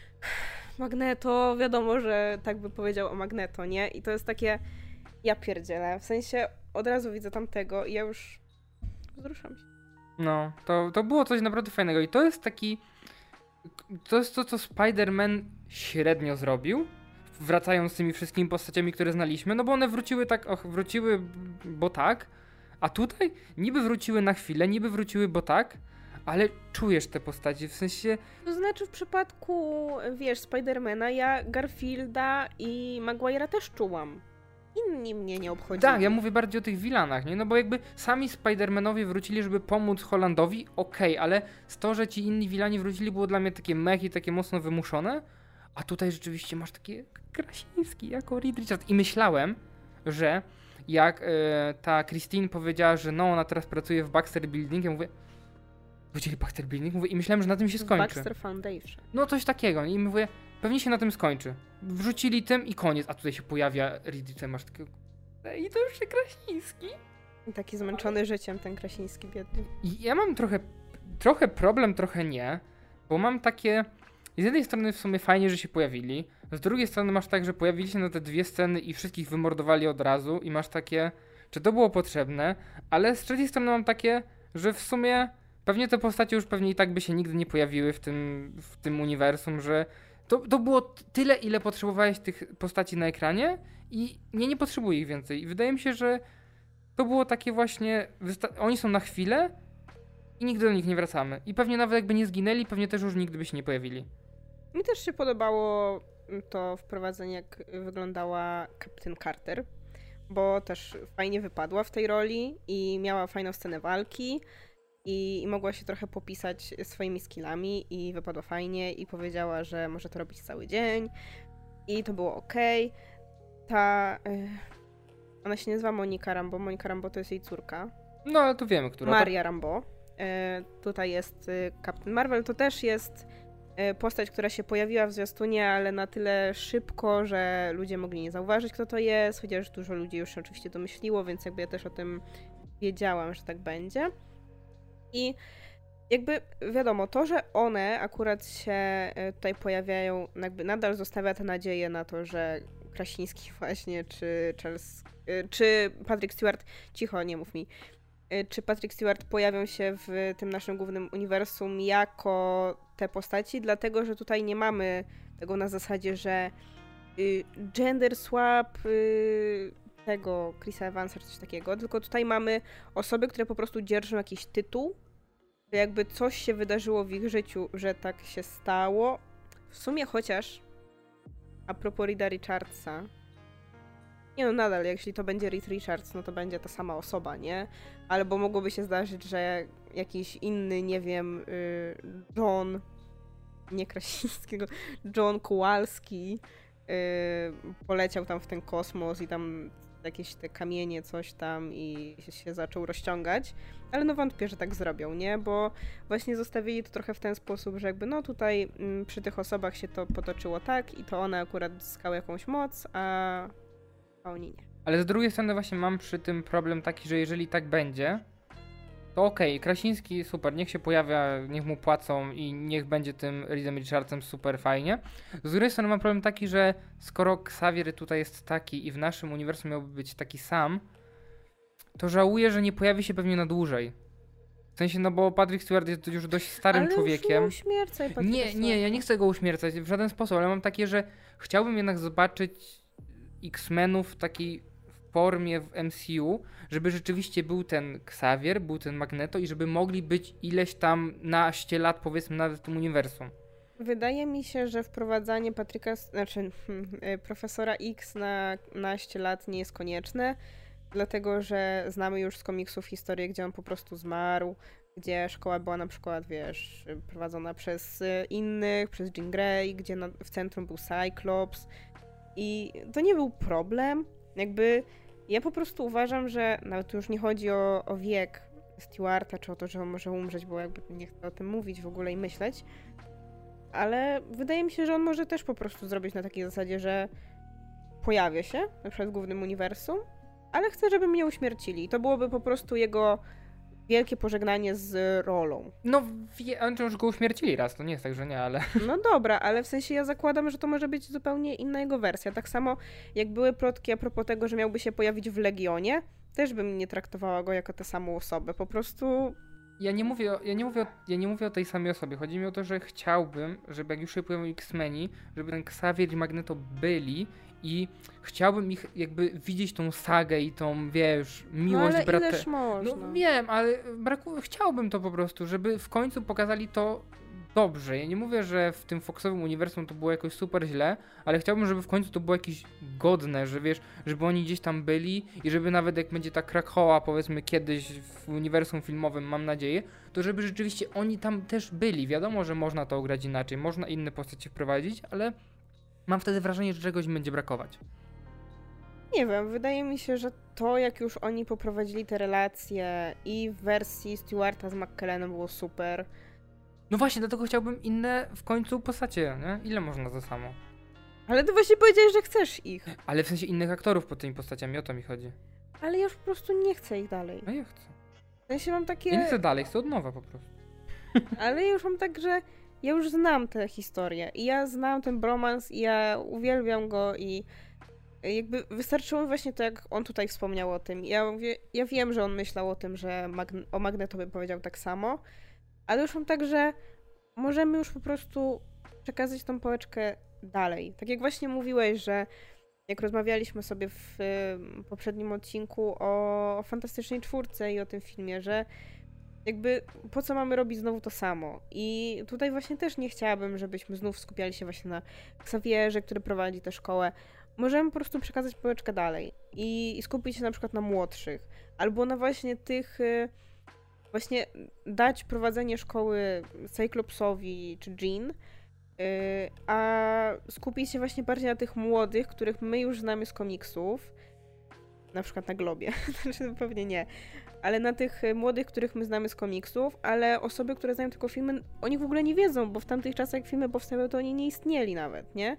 S2: Magneto, wiadomo, że tak by powiedział o Magneto, nie? I to jest takie ja pierdzielę. W sensie od razu widzę tamtego i ja już wzruszam się.
S1: No, to, to było coś naprawdę fajnego i to jest taki to jest to, co Spider-Man średnio zrobił, wracając z tymi wszystkimi postaciami, które znaliśmy, no bo one wróciły tak, och, wróciły, bo tak, a tutaj niby wróciły na chwilę, niby wróciły, bo tak, ale czujesz te postacie, w sensie...
S2: To znaczy w przypadku, wiesz, Spidermana ja Garfielda i Maguire'a też czułam. Inni mnie nie obchodzili.
S1: Tak, ja mówię bardziej o tych vilanach, nie? No bo jakby sami Spider-Manowie wrócili, żeby pomóc Hollandowi, okej, okay, ale z to, że ci inni vilani wrócili, było dla mnie takie mech i takie mocno wymuszone, a tutaj rzeczywiście masz takie Krasiński jako Reed Richards. I myślałem, że jak y, ta Christine powiedziała, że no, ona teraz pracuje w Baxter Building, ja mówię, wrócili Baxter Building? Mówię, i myślałem, że na tym się skończy.
S2: Baxter Foundation.
S1: No coś takiego. I mówię, pewnie się na tym skończy. Wrzucili tym i koniec, a tutaj się pojawia Reed Richards, masz takiego, i to już się Krasiński.
S2: Taki zmęczony życiem ten Krasiński biedny.
S1: I ja mam trochę, trochę problem, trochę nie, bo mam takie... Z jednej strony w sumie fajnie, że się pojawili, z drugiej strony masz tak, że pojawili się na te dwie sceny i wszystkich wymordowali od razu i masz takie, czy to było potrzebne, ale z trzeciej strony mam takie, że w sumie pewnie te postacie już pewnie i tak by się nigdy nie pojawiły w tym, w tym uniwersum, że to, to było tyle, ile potrzebowałeś tych postaci na ekranie i nie, nie potrzebuję ich więcej. I wydaje mi się, że to było takie właśnie, wysta- oni są na chwilę i nigdy do nich nie wracamy. I pewnie nawet jakby nie zginęli, pewnie też już nigdy by się nie pojawili.
S2: Mi też się podobało to wprowadzenie, jak wyglądała Captain Carter, bo też fajnie wypadła w tej roli i miała fajną scenę walki i, i mogła się trochę popisać swoimi skillami i wypadła fajnie i powiedziała, że może to robić cały dzień i to było okej. Ta... Y, ona się nazywa Monica Rambeau, Monica Rambeau to jest jej córka.
S1: No ale to wiemy, która.
S2: Maria Rambeau. Y, tutaj jest y, Captain Marvel, to też jest postać, która się pojawiła w zwiastunie, ale na tyle szybko, że ludzie mogli nie zauważyć, kto to jest, chociaż dużo ludzi już się oczywiście domyśliło, więc jakby ja też o tym wiedziałam, że tak będzie. I jakby wiadomo, to, że one akurat się tutaj pojawiają, jakby nadal zostawia tę nadzieję na to, że Krasiński właśnie, czy Charles, czy Patrick Stewart, cicho, nie mów mi, czy Patrick Stewart pojawią się w tym naszym głównym uniwersum jako te postaci, dlatego że tutaj nie mamy tego na zasadzie, że y, gender swap y, tego Chrisa Evansa czy coś takiego, tylko tutaj mamy osoby, które po prostu dzierżą jakiś tytuł, że jakby coś się wydarzyło w ich życiu, że tak się stało. W sumie chociaż a propos Reeda Richardsa, nie no nadal, jeśli to będzie Reed Richards, no to będzie ta sama osoba, nie? Albo mogłoby się zdarzyć, że jakiś inny, nie wiem, y, John, nie Krasińskiego, John Kowalski y, poleciał tam w ten kosmos i tam jakieś te kamienie, coś tam i się zaczął rozciągać, ale no wątpię, że tak zrobią, nie? Bo właśnie zostawili to trochę w ten sposób, że jakby no tutaj m, przy tych osobach się to potoczyło tak i to one akurat zyskały jakąś moc, a, a oni nie.
S1: Ale z drugiej strony właśnie mam przy tym problem taki, że jeżeli tak będzie, to okej, okay, Krasiński super, niech się pojawia, niech mu płacą i niech będzie tym Reedem Richardsem super fajnie. Z drugiej strony mam problem taki, że skoro Xavier tutaj jest taki i w naszym uniwersum miałby być taki sam, to żałuję, że nie pojawi się pewnie na dłużej. W sensie, no bo Patrick Stewart jest już dość starym
S2: ale
S1: człowiekiem.
S2: Ale uśmiercaj Patricka
S1: Nie, nie, ja nie chcę go uśmiercać w żaden sposób, ale mam takie, że chciałbym jednak zobaczyć X-Menów w takiej formie w M C U, żeby rzeczywiście był ten Xavier, był ten Magneto i żeby mogli być ileś tam naście lat, powiedzmy, nawet w tym uniwersum.
S2: Wydaje mi się, że wprowadzanie Patryka, znaczy hmm, Profesora X na naście lat nie jest konieczne, dlatego że znamy już z komiksów historię, gdzie on po prostu zmarł, gdzie szkoła była na przykład, wiesz, prowadzona przez innych, przez Jean Grey, gdzie na, w centrum był Cyclops i to nie był problem. Jakby ja po prostu uważam, że nawet już nie chodzi o, o wiek Stewarta, czy o to, że on może umrzeć, bo jakby nie chcę o tym mówić w ogóle i myśleć, ale wydaje mi się, że on może też po prostu zrobić na takiej zasadzie, że pojawia się, na przykład w głównym uniwersum, ale chce, żeby mnie uśmiercili. I to byłoby po prostu jego wielkie pożegnanie z rolą.
S1: No, wie, oni już go uśmiercili raz, to nie jest tak, że nie, ale...
S2: No dobra, ale w sensie ja zakładam, że to może być zupełnie inna jego wersja. Tak samo jak były plotki a propos tego, że miałby się pojawić w Legionie, też bym nie traktowała go jako tę samą osobę. Po prostu...
S1: Ja nie mówię o, ja nie mówię o, ja nie mówię o tej samej osobie. Chodzi mi o to, że chciałbym, żeby jak już się pojawią X-Meni, żeby ten Xavier i Magneto byli i chciałbym ich jakby widzieć tą sagę i tą, wiesz, miłość
S2: no ale
S1: brata.
S2: ileż można?
S1: No wiem, ale braku... chciałbym to po prostu, żeby w końcu pokazali to dobrze. Ja nie mówię, że w tym Foxowym uniwersum to było jakoś super źle, ale chciałbym, żeby w końcu to było jakieś godne, że wiesz, żeby oni gdzieś tam byli i żeby nawet jak będzie ta Krakoa, powiedzmy kiedyś w uniwersum filmowym, mam nadzieję, to żeby rzeczywiście oni tam też byli. Wiadomo, że można to ograć inaczej, można inne postacie wprowadzić, ale mam wtedy wrażenie, że czegoś będzie brakować.
S2: Nie wiem, wydaje mi się, że to jak już oni poprowadzili te relacje i w wersji Stewarta z McKellanem było super.
S1: No właśnie, dlatego chciałbym inne w końcu postacie, nie? Ile można za samo?
S2: Ale ty właśnie powiedziałeś, że chcesz ich.
S1: Ale w sensie innych aktorów pod tymi postaciami, o to mi chodzi.
S2: Ale ja już po prostu nie chcę ich dalej.
S1: No ja chcę.
S2: W sensie mam takie...
S1: Ja nie chcę dalej, chcę od nowa po prostu.
S2: Ale ja już mam tak, że ja już znam tę historię i ja znam ten bromans i ja uwielbiam go i jakby wystarczyło mi właśnie to, jak on tutaj wspomniał o tym. Ja, mówię, ja wiem, że on myślał o tym, że Magne- o Magneto by powiedział tak samo, ale już mam tak, że możemy już po prostu przekazać tą pałeczkę dalej. Tak jak właśnie mówiłeś, że jak rozmawialiśmy sobie w y, poprzednim odcinku o, o Fantastycznej Czwórce i o tym filmie, że jakby po co mamy robić znowu to samo? I tutaj właśnie też nie chciałabym, żebyśmy znów skupiali się właśnie na Xavierze, który prowadzi tę szkołę. Możemy po prostu przekazać pałeczkę dalej i, i skupić się na przykład na młodszych. Albo na właśnie tych... Y, właśnie dać prowadzenie szkoły Cyclopsowi czy Jean, yy, a skupić się właśnie bardziej na tych młodych, których my już znamy z komiksów, na przykład na Globie, znaczy pewnie nie, ale na tych młodych, których my znamy z komiksów, ale osoby, które znają tylko filmy, oni w ogóle nie wiedzą, bo w tamtych czasach jak filmy powstały, to oni nie istnieli nawet, nie?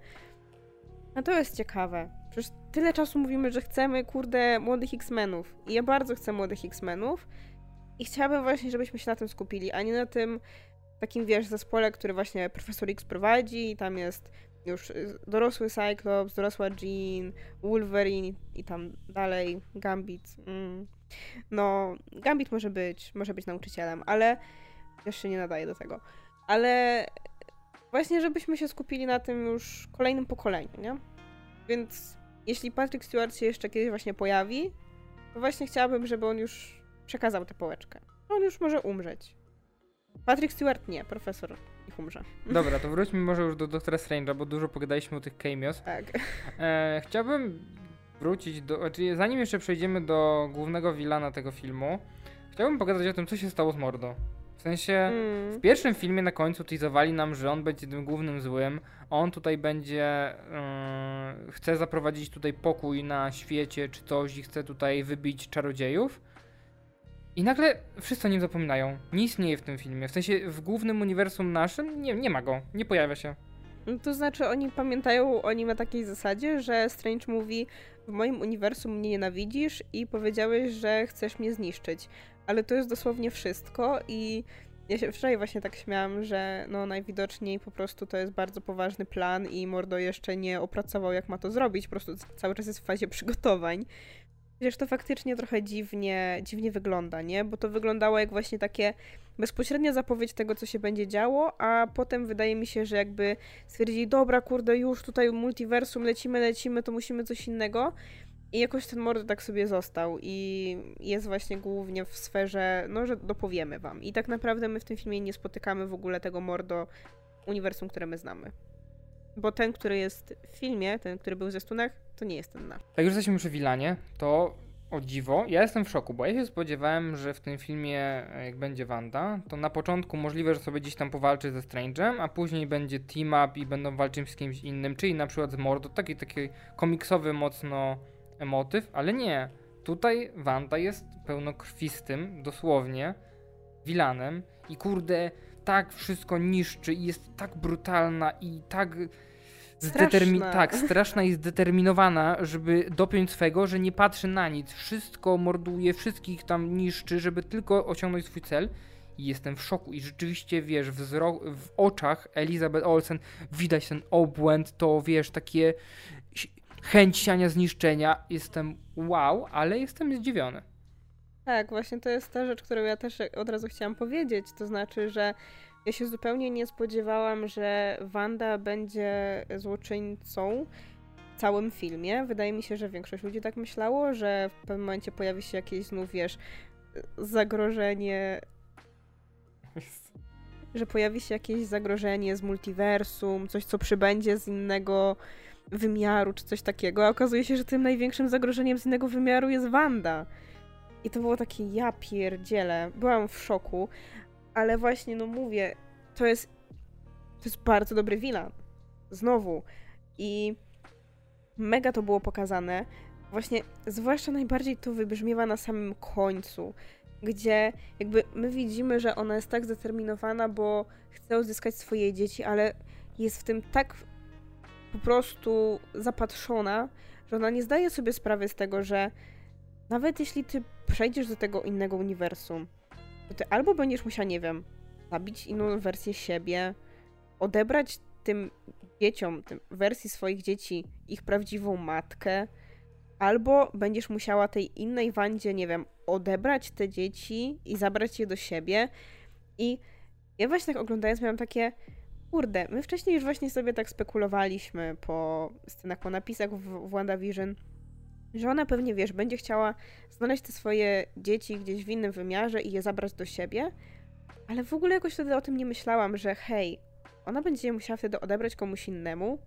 S2: No to jest ciekawe. Przecież tyle czasu mówimy, że chcemy, kurde, młodych X-Menów. I ja bardzo chcę młodych X-Menów, i chciałabym właśnie, żebyśmy się na tym skupili, a nie na tym takim, wiesz, zespole, który właśnie Profesor X prowadzi i tam jest już dorosły Cyclops, dorosła Jean, Wolverine i tam dalej Gambit. Mm. No, Gambit może być, może być nauczycielem, ale też się nie nadaje do tego. Ale właśnie, żebyśmy się skupili na tym już kolejnym pokoleniu, nie? Więc jeśli Patrick Stewart się jeszcze kiedyś właśnie pojawi, to właśnie chciałabym, żeby on już przekazał tę pałeczkę. On już może umrzeć. Patrick Stewart nie, profesor ich umrze.
S1: Dobra, to wróćmy może już do Doktora Strange'a, bo dużo pogadaliśmy o tych cameos.
S2: Tak.
S1: E, chciałbym wrócić do... Czyli zanim jeszcze przejdziemy do głównego villana tego filmu, chciałbym pogadać o tym, co się stało z Mordo. W sensie,
S2: Mm.
S1: w pierwszym filmie na końcu teasowali nam, że on będzie tym głównym złym, on tutaj będzie, yy, chce zaprowadzić tutaj pokój na świecie czy coś i chce tutaj wybić czarodziejów. I nagle wszyscy o nim zapominają. Nie istnieje w tym filmie. W sensie w głównym uniwersum naszym nie, nie ma go, nie pojawia się.
S2: To znaczy oni pamiętają o nim na takiej zasadzie, że Strange mówi: w moim uniwersum mnie nienawidzisz i powiedziałeś, że chcesz mnie zniszczyć. Ale to jest dosłownie wszystko i ja się wczoraj właśnie tak śmiałam, że no najwidoczniej po prostu to jest bardzo poważny plan i Mordo jeszcze nie opracował, jak ma to zrobić, po prostu cały czas jest w fazie przygotowań. Przecież to faktycznie trochę dziwnie, dziwnie wygląda, nie? Bo to wyglądało jak właśnie takie bezpośrednia zapowiedź tego, co się będzie działo, a potem wydaje mi się, że jakby stwierdzili: dobra, kurde, już tutaj multiversum, lecimy, lecimy, to musimy coś innego. I jakoś ten Mordo tak sobie został i jest właśnie głównie w sferze, no, że dopowiemy wam. I tak naprawdę my w tym filmie nie spotykamy w ogóle tego Mordo uniwersum, które my znamy. Bo ten, który jest w filmie, ten, który był w zwiastunach, to nie jest ten nasz.
S1: Jak już jesteśmy przy Villanie, to o dziwo, ja jestem w szoku, bo ja się spodziewałem, że w tym filmie, jak będzie Wanda, to na początku możliwe, że sobie gdzieś tam powalczy ze Strange'em, a później będzie team up i będą walczyć z kimś innym, czyli na przykład z Mordo, taki, taki komiksowy mocno motyw, ale nie. Tutaj Wanda jest pełnokrwistym, dosłownie, villanem i kurde, tak wszystko niszczy i jest tak brutalna i tak zdetermi- tak, straszna i zdeterminowana, żeby dopiąć swego, że nie patrzy na nic. Wszystko morduje, wszystkich tam niszczy, żeby tylko osiągnąć swój cel. I jestem w szoku i rzeczywiście, wiesz, wzro- w oczach Elizabeth Olsen widać ten obłęd, to wiesz, takie chęć siania zniszczenia. Jestem wow, ale jestem zdziwiony.
S2: Tak, właśnie to jest ta rzecz, którą ja też od razu chciałam powiedzieć. To znaczy, że ja się zupełnie nie spodziewałam, że Wanda będzie złoczyńcą w całym filmie. Wydaje mi się, że większość ludzi tak myślało, że w pewnym momencie pojawi się jakieś znów, wiesz, zagrożenie... że pojawi się jakieś zagrożenie z multiversum, coś, co przybędzie z innego wymiaru, czy coś takiego, a okazuje się, że tym największym zagrożeniem z innego wymiaru jest Wanda. I to było takie: ja pierdzielę. Byłam w szoku, ale właśnie, no mówię, to jest to jest bardzo dobry villain. Znowu. I mega to było pokazane. Właśnie, zwłaszcza najbardziej to wybrzmiewa na samym końcu, gdzie jakby my widzimy, że ona jest tak zdeterminowana, bo chce odzyskać swoje dzieci, ale jest w tym tak po prostu zapatrzona, że ona nie zdaje sobie sprawy z tego, że nawet jeśli ty przejdziesz do tego innego uniwersum, to ty albo będziesz musiała, nie wiem, zabić inną wersję siebie, odebrać tym dzieciom, tym wersji swoich dzieci, ich prawdziwą matkę, albo będziesz musiała tej innej Wandzie, nie wiem, odebrać te dzieci i zabrać je do siebie. I ja właśnie tak oglądając miałam takie: kurde, my wcześniej już właśnie sobie tak spekulowaliśmy po scenach, po napisach w, w WandaVision, że ona pewnie, wiesz, będzie chciała znaleźć te swoje dzieci gdzieś w innym wymiarze i je zabrać do siebie, ale w ogóle jakoś wtedy o tym nie myślałam, że hej, ona będzie je musiała wtedy odebrać komuś innemu,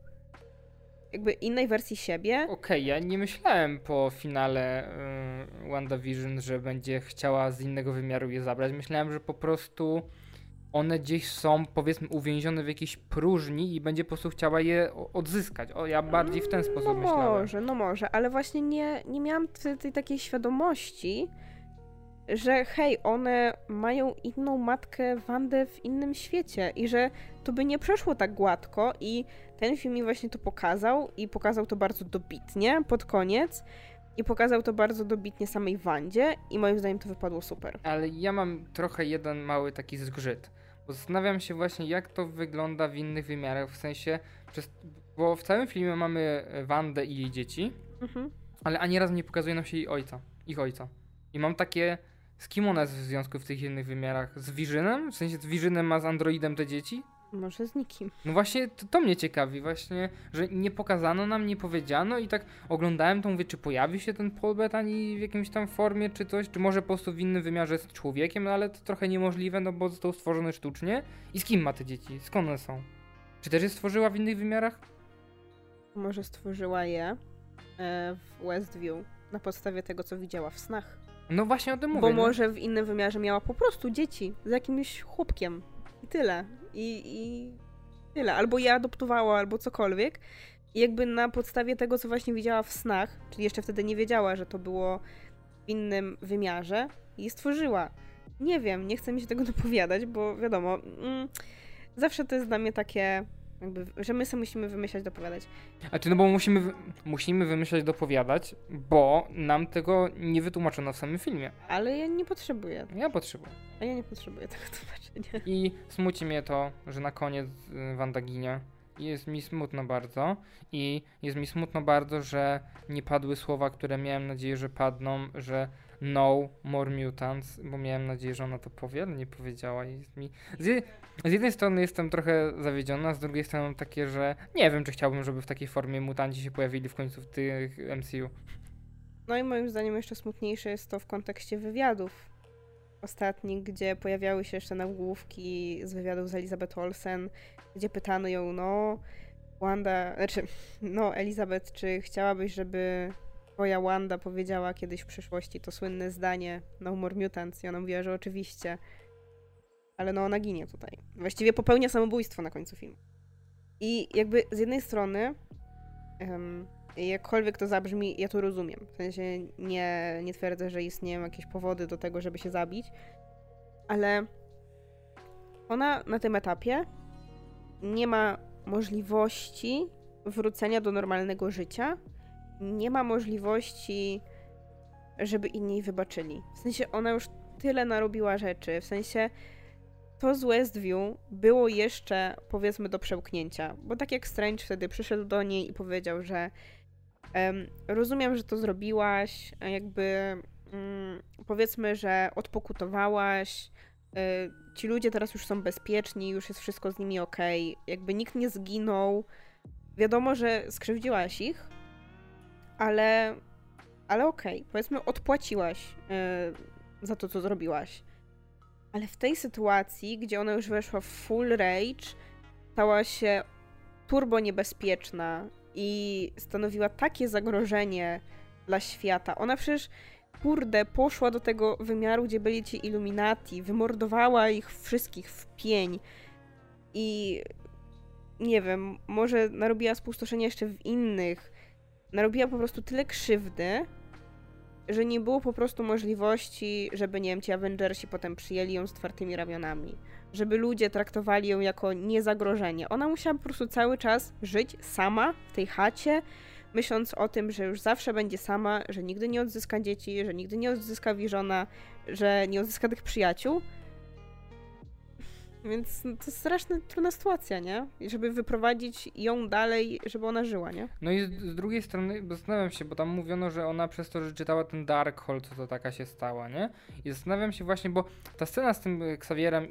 S2: jakby innej wersji siebie.
S1: Okej, okay, ja nie myślałem po finale y, WandaVision, że będzie chciała z innego wymiaru je zabrać. Myślałem, że po prostu one gdzieś są, powiedzmy, uwięzione w jakiejś próżni i będzie po prostu chciała je odzyskać. O, ja bardziej w ten sposób
S2: no
S1: myślałem.
S2: No może, no może, ale właśnie nie, nie miałam tej, tej takiej świadomości, że hej, one mają inną matkę Wandę w innym świecie i że to by nie przeszło tak gładko i ten film mi właśnie to pokazał i pokazał to bardzo dobitnie pod koniec i pokazał to bardzo dobitnie samej Wandzie i moim zdaniem to wypadło super.
S1: Ale ja mam trochę jeden mały taki zgrzyt, bo zastanawiam się właśnie, jak to wygląda w innych wymiarach, w sensie, przez, bo w całym filmie mamy Wandę i jej dzieci,
S2: Mhm.
S1: ale ani razu nie pokazuje nam się jej ojca, ich ojca. I mam takie, z kim ona jest w związku w tych innych wymiarach? Z Visionem? W sensie z Visionem ma z androidem te dzieci?
S2: Może z nikim.
S1: No właśnie, to, to mnie ciekawi właśnie, że nie pokazano nam, nie powiedziano i tak oglądałem to, mówię, czy pojawi się ten Paul Bettany w jakimś tam formie, czy coś, czy może po prostu w innym wymiarze jest człowiekiem, no ale to trochę niemożliwe, no bo został stworzony sztucznie. I z kim ma te dzieci? Skąd one są? Czy też je stworzyła w innych wymiarach?
S2: Może stworzyła je e, w Westview na podstawie tego, co widziała w snach.
S1: No właśnie o tym mówię.
S2: Bo
S1: nie?
S2: może w innym wymiarze miała po prostu dzieci z jakimś chłopkiem. I tyle. I, i tyle. Albo je adoptowała, albo cokolwiek. I jakby na podstawie tego, co właśnie widziała w snach, czyli jeszcze wtedy nie wiedziała, że to było w innym wymiarze, i stworzyła. Nie wiem, nie chcę mi się tego dopowiadać, bo wiadomo, mm, zawsze to jest dla mnie takie, jakby, że my sobie musimy wymyślać, dopowiadać.
S1: A czy no bo musimy, wy- musimy wymyślać, dopowiadać, bo nam tego nie wytłumaczono w samym filmie.
S2: Ale ja nie potrzebuję.
S1: Ja potrzebuję.
S2: A ja nie potrzebuję tego tłumaczenia.
S1: I smuci mnie to, że na koniec y, Wanda ginie. I jest mi smutno bardzo. I jest mi smutno bardzo, że nie padły słowa, które miałem nadzieję, że padną, że no more mutants, bo miałem nadzieję, że ona to powie, ale nie powiedziała. I jest mi... z, je... z jednej strony jestem trochę zawiedziona, z drugiej strony takie, że nie wiem, czy chciałbym, żeby w takiej formie mutanci się pojawili w końcu w tych M C U.
S2: No i moim zdaniem jeszcze smutniejsze jest to w kontekście wywiadów ostatnich, gdzie pojawiały się jeszcze nagłówki z wywiadów z Elizabeth Olsen, gdzie pytano ją, no Wanda, znaczy, no Elizabeth, czy chciałabyś, żeby twoja Wanda powiedziała kiedyś w przyszłości to słynne zdanie No more mutants? I ona mówiła, że oczywiście. Ale no ona ginie tutaj. Właściwie popełnia samobójstwo na końcu filmu. I jakby z jednej strony um, jakkolwiek to zabrzmi, ja to rozumiem. W sensie nie, nie twierdzę, że istnieją jakieś powody do tego, żeby się zabić, ale ona na tym etapie nie ma możliwości wrócenia do normalnego życia, nie ma możliwości, żeby inni jej wybaczyli. W sensie ona już tyle narobiła rzeczy, w sensie to z Westview było jeszcze, powiedzmy, do przełknięcia, bo tak jak Strange wtedy przyszedł do niej i powiedział, że um, rozumiem, że to zrobiłaś, a jakby um, powiedzmy, że odpokutowałaś, y, ci ludzie teraz już są bezpieczni, już jest wszystko z nimi okej, jakby nikt nie zginął, wiadomo, że skrzywdziłaś ich, ale, ale okej, powiedzmy, odpłaciłaś y, za to, co zrobiłaś. Ale w tej sytuacji, gdzie ona już weszła w full rage, stała się turbo niebezpieczna i stanowiła takie zagrożenie dla świata. Ona przecież, kurde, poszła do tego wymiaru, gdzie byli ci Illuminati, wymordowała ich wszystkich w pień i nie wiem, może narobiła spustoszenia jeszcze w innych. Narobiła po prostu tyle krzywdy, że nie było po prostu możliwości, żeby, nie wiem, ci Avengersi potem przyjęli ją z otwartymi ramionami. Żeby ludzie traktowali ją jako niezagrożenie. Ona musiała po prostu cały czas żyć sama w tej chacie, myśląc o tym, że już zawsze będzie sama, że nigdy nie odzyska dzieci, że nigdy nie odzyska Visiona, że nie odzyska tych przyjaciół. Więc no, to jest strasznie trudna sytuacja, nie? I żeby wyprowadzić ją dalej, żeby ona żyła, nie?
S1: No i z, z drugiej strony zastanawiam się, bo tam mówiono, że ona przez to, że czytała ten Darkhold, to taka się stała, nie? I zastanawiam się właśnie, bo ta scena z tym Xavierem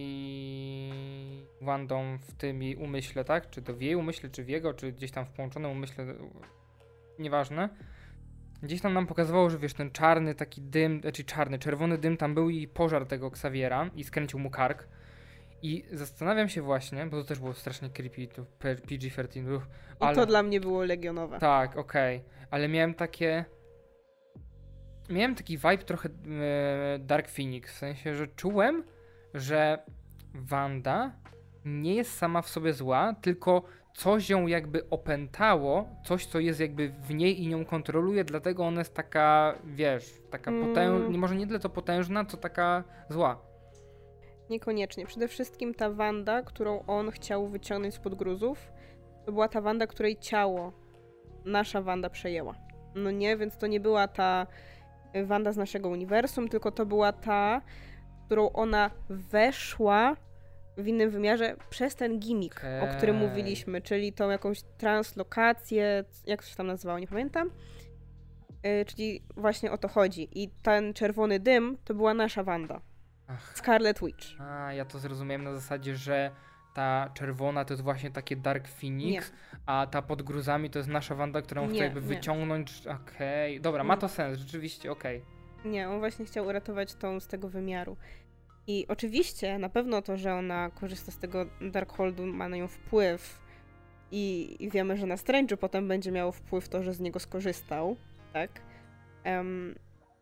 S1: i Wandą w tym jej umyśle, tak? Czy to w jej umyśle, czy w jego, czy gdzieś tam w połączonym umyśle, nieważne. Gdzieś tam nam pokazywało, że wiesz, ten czarny taki dym, znaczy czarny, czerwony dym tam był i pożar tego Xaviera i skręcił mu kark. I zastanawiam się właśnie, bo to też było strasznie creepy, to P G trzynaście, uff, ale...
S2: I to dla mnie było legionowe.
S1: Tak, okej, okay. Ale miałem takie... Miałem taki vibe trochę e, Dark Phoenix, w sensie, że czułem, że Wanda nie jest sama w sobie zła, tylko coś ją jakby opętało, coś, co jest jakby w niej i nią kontroluje, dlatego ona jest taka, wiesz, taka
S2: mm.
S1: potężna, może nie tyle to potężna, co taka zła.
S2: Niekoniecznie. Przede wszystkim ta Wanda, którą on chciał wyciągnąć spod gruzów, to była ta Wanda, której ciało nasza Wanda przejęła. No nie, więc to nie była ta Wanda z naszego uniwersum, tylko to była ta, którą ona weszła w innym wymiarze przez ten gimmick, okay. o którym mówiliśmy, czyli tą jakąś translokację, jak to się tam nazywało, nie pamiętam. Yy, czyli właśnie o to chodzi. I ten czerwony dym to była nasza Wanda.
S1: Ach.
S2: Scarlet Witch.
S1: A, ja to zrozumiałem na zasadzie, że ta czerwona to jest właśnie takie Dark Phoenix, nie. A ta pod gruzami to jest nasza Wanda, którą
S2: nie,
S1: chce jakby
S2: nie.
S1: wyciągnąć. Okej, okay. Dobra, nie. Ma to sens, rzeczywiście, okej.
S2: Okay. Nie, on właśnie chciał uratować tą z tego wymiaru. I oczywiście na pewno to, że ona korzysta z tego Darkholdu, ma na nią wpływ i, i wiemy, że na Strange'u potem będzie miało wpływ to, że z niego skorzystał, tak? Um,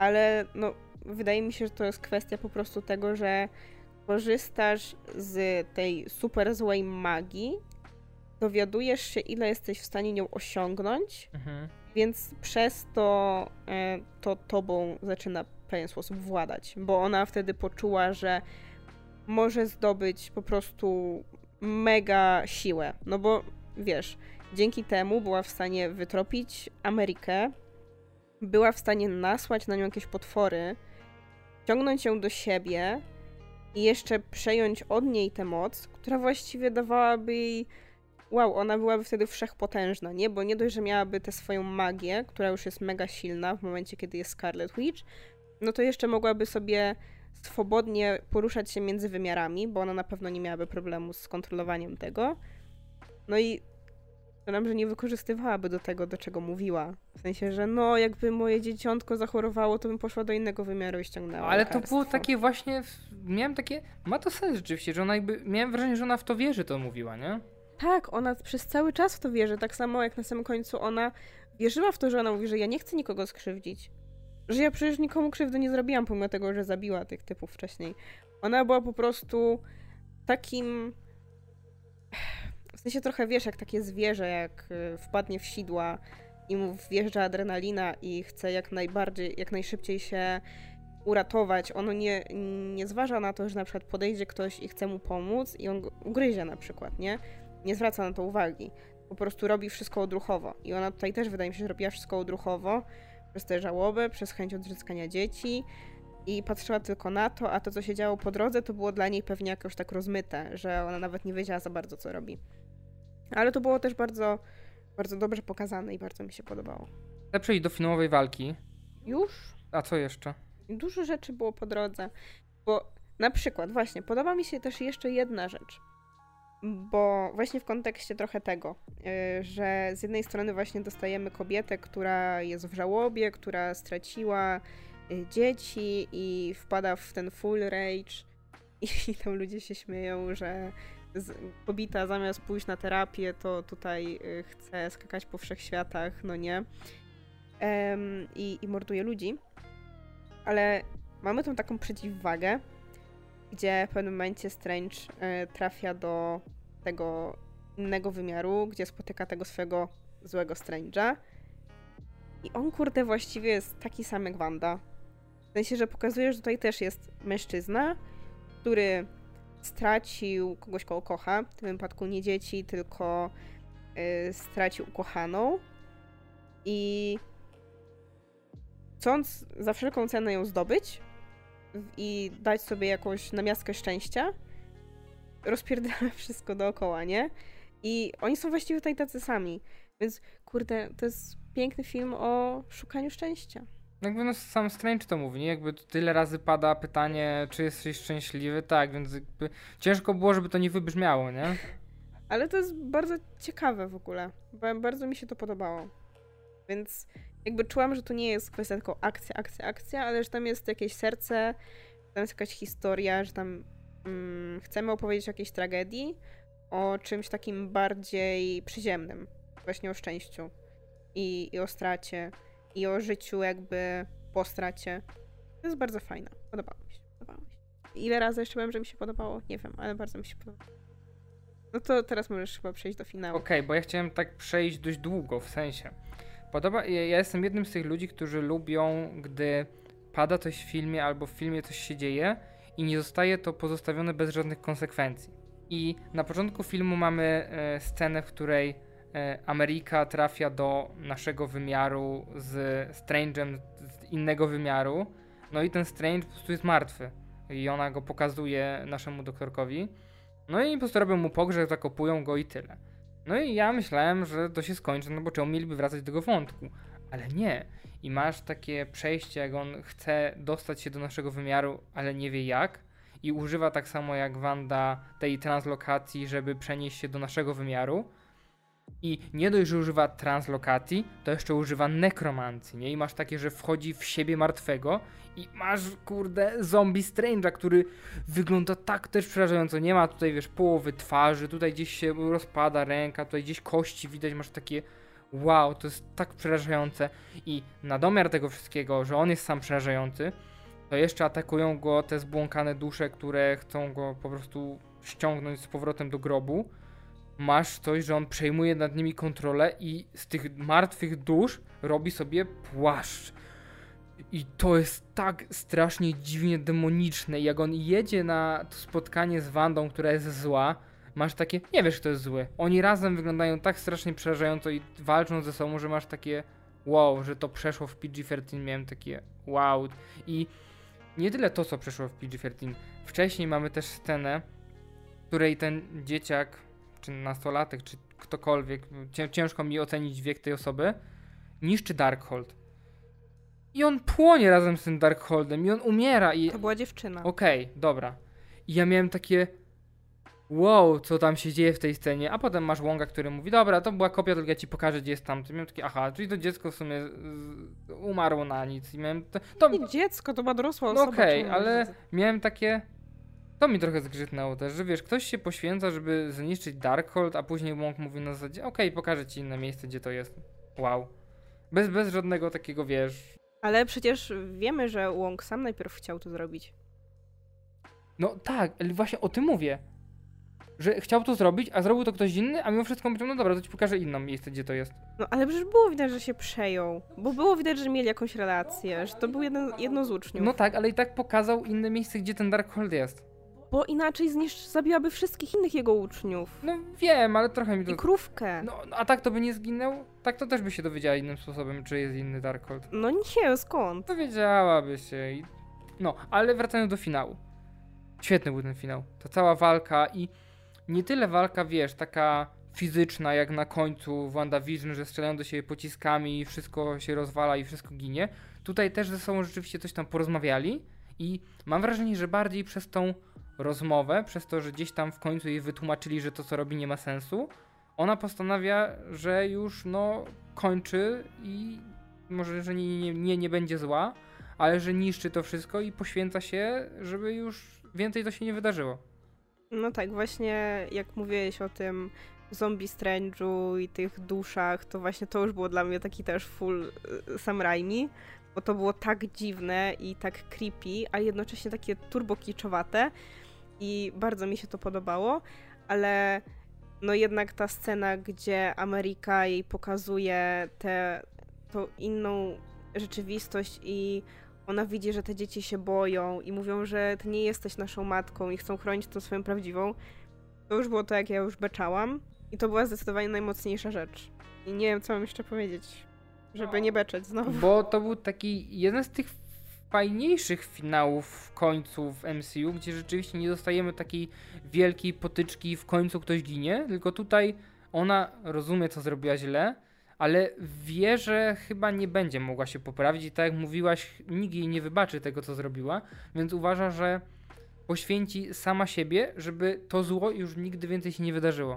S2: ale no wydaje mi się, że to jest kwestia po prostu tego, że korzystasz z tej super złej magii, dowiadujesz się, ile jesteś w stanie nią osiągnąć, mhm. więc przez to e, to tobą zaczyna w pewien sposób władać, bo ona wtedy poczuła, że może zdobyć po prostu mega siłę, no bo wiesz, dzięki temu była w stanie wytropić Amerykę, była w stanie nasłać na nią jakieś potwory, ciągnąć ją do siebie i jeszcze przejąć od niej tę moc, która właściwie dawałaby jej... Wow, ona byłaby wtedy wszechpotężna, nie? Bo nie dość, że miałaby tę swoją magię, która już jest mega silna w momencie, kiedy jest Scarlet Witch, no to jeszcze mogłaby sobie swobodnie poruszać się między wymiarami, bo ona na pewno nie miałaby problemu z kontrolowaniem tego. No i to nam, że nie wykorzystywałaby do tego, do czego mówiła. W sensie, że no, jakby moje dzieciątko zachorowało, to bym poszła do innego wymiaru i ściągnęła
S1: Ale
S2: lekarstwo.
S1: to było takie właśnie, miałem takie, ma to sens rzeczywiście, że ona jakby, miałem wrażenie, że ona w to wierzy, to mówiła, nie?
S2: Tak, ona przez cały czas w to wierzy, tak samo jak na samym końcu ona wierzyła w to, że ona mówi, że ja nie chcę nikogo skrzywdzić. Że ja przecież nikomu krzywdy nie zrobiłam, pomimo tego, że zabiła tych typów wcześniej. Ona była po prostu takim... W sensie trochę wiesz, jak takie zwierzę, jak wpadnie w sidła i mu wjeżdża adrenalina i chce jak najbardziej, jak najszybciej się uratować. Ono nie, nie zważa na to, że na przykład podejdzie ktoś i chce mu pomóc i on go ugryzie na przykład, nie? Nie zwraca na to uwagi. Po prostu robi wszystko odruchowo. I ona tutaj też wydaje mi się, że robiła wszystko odruchowo przez tę żałobę, przez chęć odzyskania dzieci i patrzyła tylko na to, a to, co się działo po drodze, to było dla niej pewnie jakoś tak rozmyte, że ona nawet nie wiedziała za bardzo, co robi. Ale to było też bardzo, bardzo dobrze pokazane i bardzo mi się podobało.
S1: Chcę przejść do finałowej walki.
S2: Już?
S1: A co jeszcze?
S2: Dużo rzeczy było po drodze, bo na przykład właśnie podoba mi się też jeszcze jedna rzecz, bo właśnie w kontekście trochę tego, że z jednej strony właśnie dostajemy kobietę, która jest w żałobie, która straciła dzieci i wpada w ten full rage i tam ludzie się śmieją, że kobieta zamiast pójść na terapię, to tutaj chce skakać po wszechświatach, no nie, um, i, i morduje ludzi. Ale mamy tą taką przeciwwagę, gdzie w pewnym momencie Strange y, trafia do tego innego wymiaru, gdzie spotyka tego swojego złego Strange'a. I on, kurde, właściwie jest taki sam jak Wanda. W sensie, że pokazuje, że tutaj też jest mężczyzna, który stracił kogoś, kogo kocha. W tym wypadku nie dzieci, tylko y, stracił ukochaną. I chcąc za wszelką cenę ją zdobyć i dać sobie jakąś namiastkę szczęścia, rozpierdala wszystko dookoła, nie? I oni są właściwie tutaj tacy sami. Więc, kurde, to jest piękny film o szukaniu szczęścia.
S1: Jakby no sam Strange to mówi, nie? Jakby tyle razy pada pytanie, czy jesteś szczęśliwy? Tak, więc jakby ciężko było, żeby to nie wybrzmiało, nie?
S2: Ale to jest bardzo ciekawe w ogóle. Bardzo mi się to podobało. Więc jakby czułam, że to nie jest kwestia tylko akcja, akcja, akcja, ale że tam jest jakieś serce, że tam jest jakaś historia, że tam mm, chcemy opowiedzieć o jakiejś tragedii, o czymś takim bardziej przyziemnym. Właśnie o szczęściu i, i o stracie i o życiu jakby po stracie. To jest bardzo fajne. Podobało mi się. Podobało mi się. Ile razy jeszcze powiem, że mi się podobało? Nie wiem, ale bardzo mi się podobało. No to teraz możesz chyba przejść do finału.
S1: Okej, okay, bo ja chciałem tak przejść dość długo, w sensie. Podoba, ja jestem jednym z tych ludzi, którzy lubią, gdy pada coś w filmie albo w filmie coś się dzieje i nie zostaje to pozostawione bez żadnych konsekwencji. I na początku filmu mamy e, scenę, w której e, Ameryka trafia do naszego wymiaru z Strange'em z innego wymiaru. No i ten Strange po prostu jest martwy. I ona go pokazuje naszemu doktorkowi. No i po prostu robią mu pogrzeb, zakopują go i tyle. No i ja myślałem, że to się skończy, no bo czemu mieliby wracać do tego wątku? Ale nie. I masz takie przejście, jak on chce dostać się do naszego wymiaru, ale nie wie jak. I używa tak samo jak Wanda tej translokacji, żeby przenieść się do naszego wymiaru. I nie dość, że używa translokacji, to jeszcze używa nekromancji, nie? I masz takie, że wchodzi w siebie martwego i masz, kurde, zombie Strange'a, który wygląda tak też przerażająco. Nie ma tutaj, wiesz, połowy twarzy, tutaj gdzieś się rozpada ręka, tutaj gdzieś kości widać, masz takie wow, to jest tak przerażające. I na domiar tego wszystkiego, że on jest sam przerażający, to jeszcze atakują go te zbłąkane dusze, które chcą go po prostu ściągnąć z powrotem do grobu. Masz coś, że on przejmuje nad nimi kontrolę i z tych martwych dusz robi sobie płaszcz. I to jest tak strasznie dziwnie demoniczne. Jak on jedzie na to spotkanie z Wandą, która jest zła, masz takie, nie wiesz kto jest zły. Oni razem wyglądają tak strasznie przerażająco i walczą ze sobą, że masz takie wow, że to przeszło w P G trzynaście, miałem takie wow. I nie tyle to, co przeszło w P G trzynaście. Wcześniej mamy też scenę, w której ten dzieciak, czy nastolatek, czy ktokolwiek, ciężko mi ocenić wiek tej osoby, niszczy Darkhold. I on płonie razem z tym Darkholdem i on umiera i...
S2: To była dziewczyna.
S1: Okej, okay, dobra. I ja miałem takie wow, co tam się dzieje w tej scenie, a potem masz Wonga, który mówi, dobra, to była kopia, tylko ja ci pokażę, gdzie jest tamty. I miałem takie, aha, czyli to dziecko w sumie z... umarło na nic. I miałem... To, to...
S2: Nie dziecko, to była dorosła
S1: no
S2: osoba.
S1: okej, okay, ale może... miałem takie... To mi trochę zgrzytnęło też, że wiesz, ktoś się poświęca, żeby zniszczyć Darkhold, a później Wong mówi na zasadzie, okej, okay, pokażę ci inne miejsce, gdzie to jest. Wow. Bez, bez żadnego takiego, wiesz...
S2: Ale przecież wiemy, że Wong sam najpierw chciał to zrobić.
S1: No tak, ale właśnie o tym mówię. Że chciał to zrobić, a zrobił to ktoś inny, a mimo wszystko powiedział, no dobra, to ci pokażę inną miejsce, gdzie to jest.
S2: No ale przecież było widać, że się przejął. Bo było widać, że mieli jakąś relację, że to był jeden, jedno z uczniów.
S1: No tak, ale i tak pokazał inne miejsce, gdzie ten Darkhold jest.
S2: Bo inaczej zniszcz, zabiłaby wszystkich innych jego uczniów.
S1: No wiem, ale trochę mi to...
S2: I krówkę.
S1: No, a tak to by nie zginął? Tak to też by się dowiedziała innym sposobem, czy jest inny Darkhold.
S2: No nie, skąd?
S1: Dowiedziałaby się i... No, ale wracając do finału. Świetny był ten finał. Ta cała walka i nie tyle walka, wiesz, taka fizyczna jak na końcu w WandaVision, że strzelają do siebie pociskami i wszystko się rozwala i wszystko ginie. Tutaj też ze sobą rzeczywiście coś tam porozmawiali i mam wrażenie, że bardziej przez tą rozmowę, przez to, że gdzieś tam w końcu jej wytłumaczyli, że to co robi nie ma sensu, ona postanawia, że już no kończy i może, że nie, nie, nie, nie będzie zła, ale że niszczy to wszystko i poświęca się, żeby już więcej to się nie wydarzyło.
S2: No tak, właśnie jak mówiłeś o tym Zombie Strange'u i tych duszach, to właśnie to już było dla mnie taki też full Sam Raimi, bo to było tak dziwne i tak creepy, a jednocześnie takie turbo kiczowate i bardzo mi się to podobało, ale no jednak ta scena, gdzie Ameryka jej pokazuje tę inną rzeczywistość i ona widzi, że te dzieci się boją i mówią, że ty nie jesteś naszą matką i chcą chronić tą swoją prawdziwą, to już było to, jak ja już beczałam i to była zdecydowanie najmocniejsza rzecz. I nie wiem, co mam jeszcze powiedzieć, żeby nie beczeć znowu.
S1: Bo to był taki jeden z tych fajniejszych finałów w końcu w M C U, gdzie rzeczywiście nie dostajemy takiej wielkiej potyczki, w końcu ktoś ginie, tylko tutaj ona rozumie, co zrobiła źle, ale wie, że chyba nie będzie mogła się poprawić i tak jak mówiłaś, nikt jej nie wybaczy tego, co zrobiła, więc uważa, że poświęci sama siebie, żeby to zło już nigdy więcej się nie wydarzyło.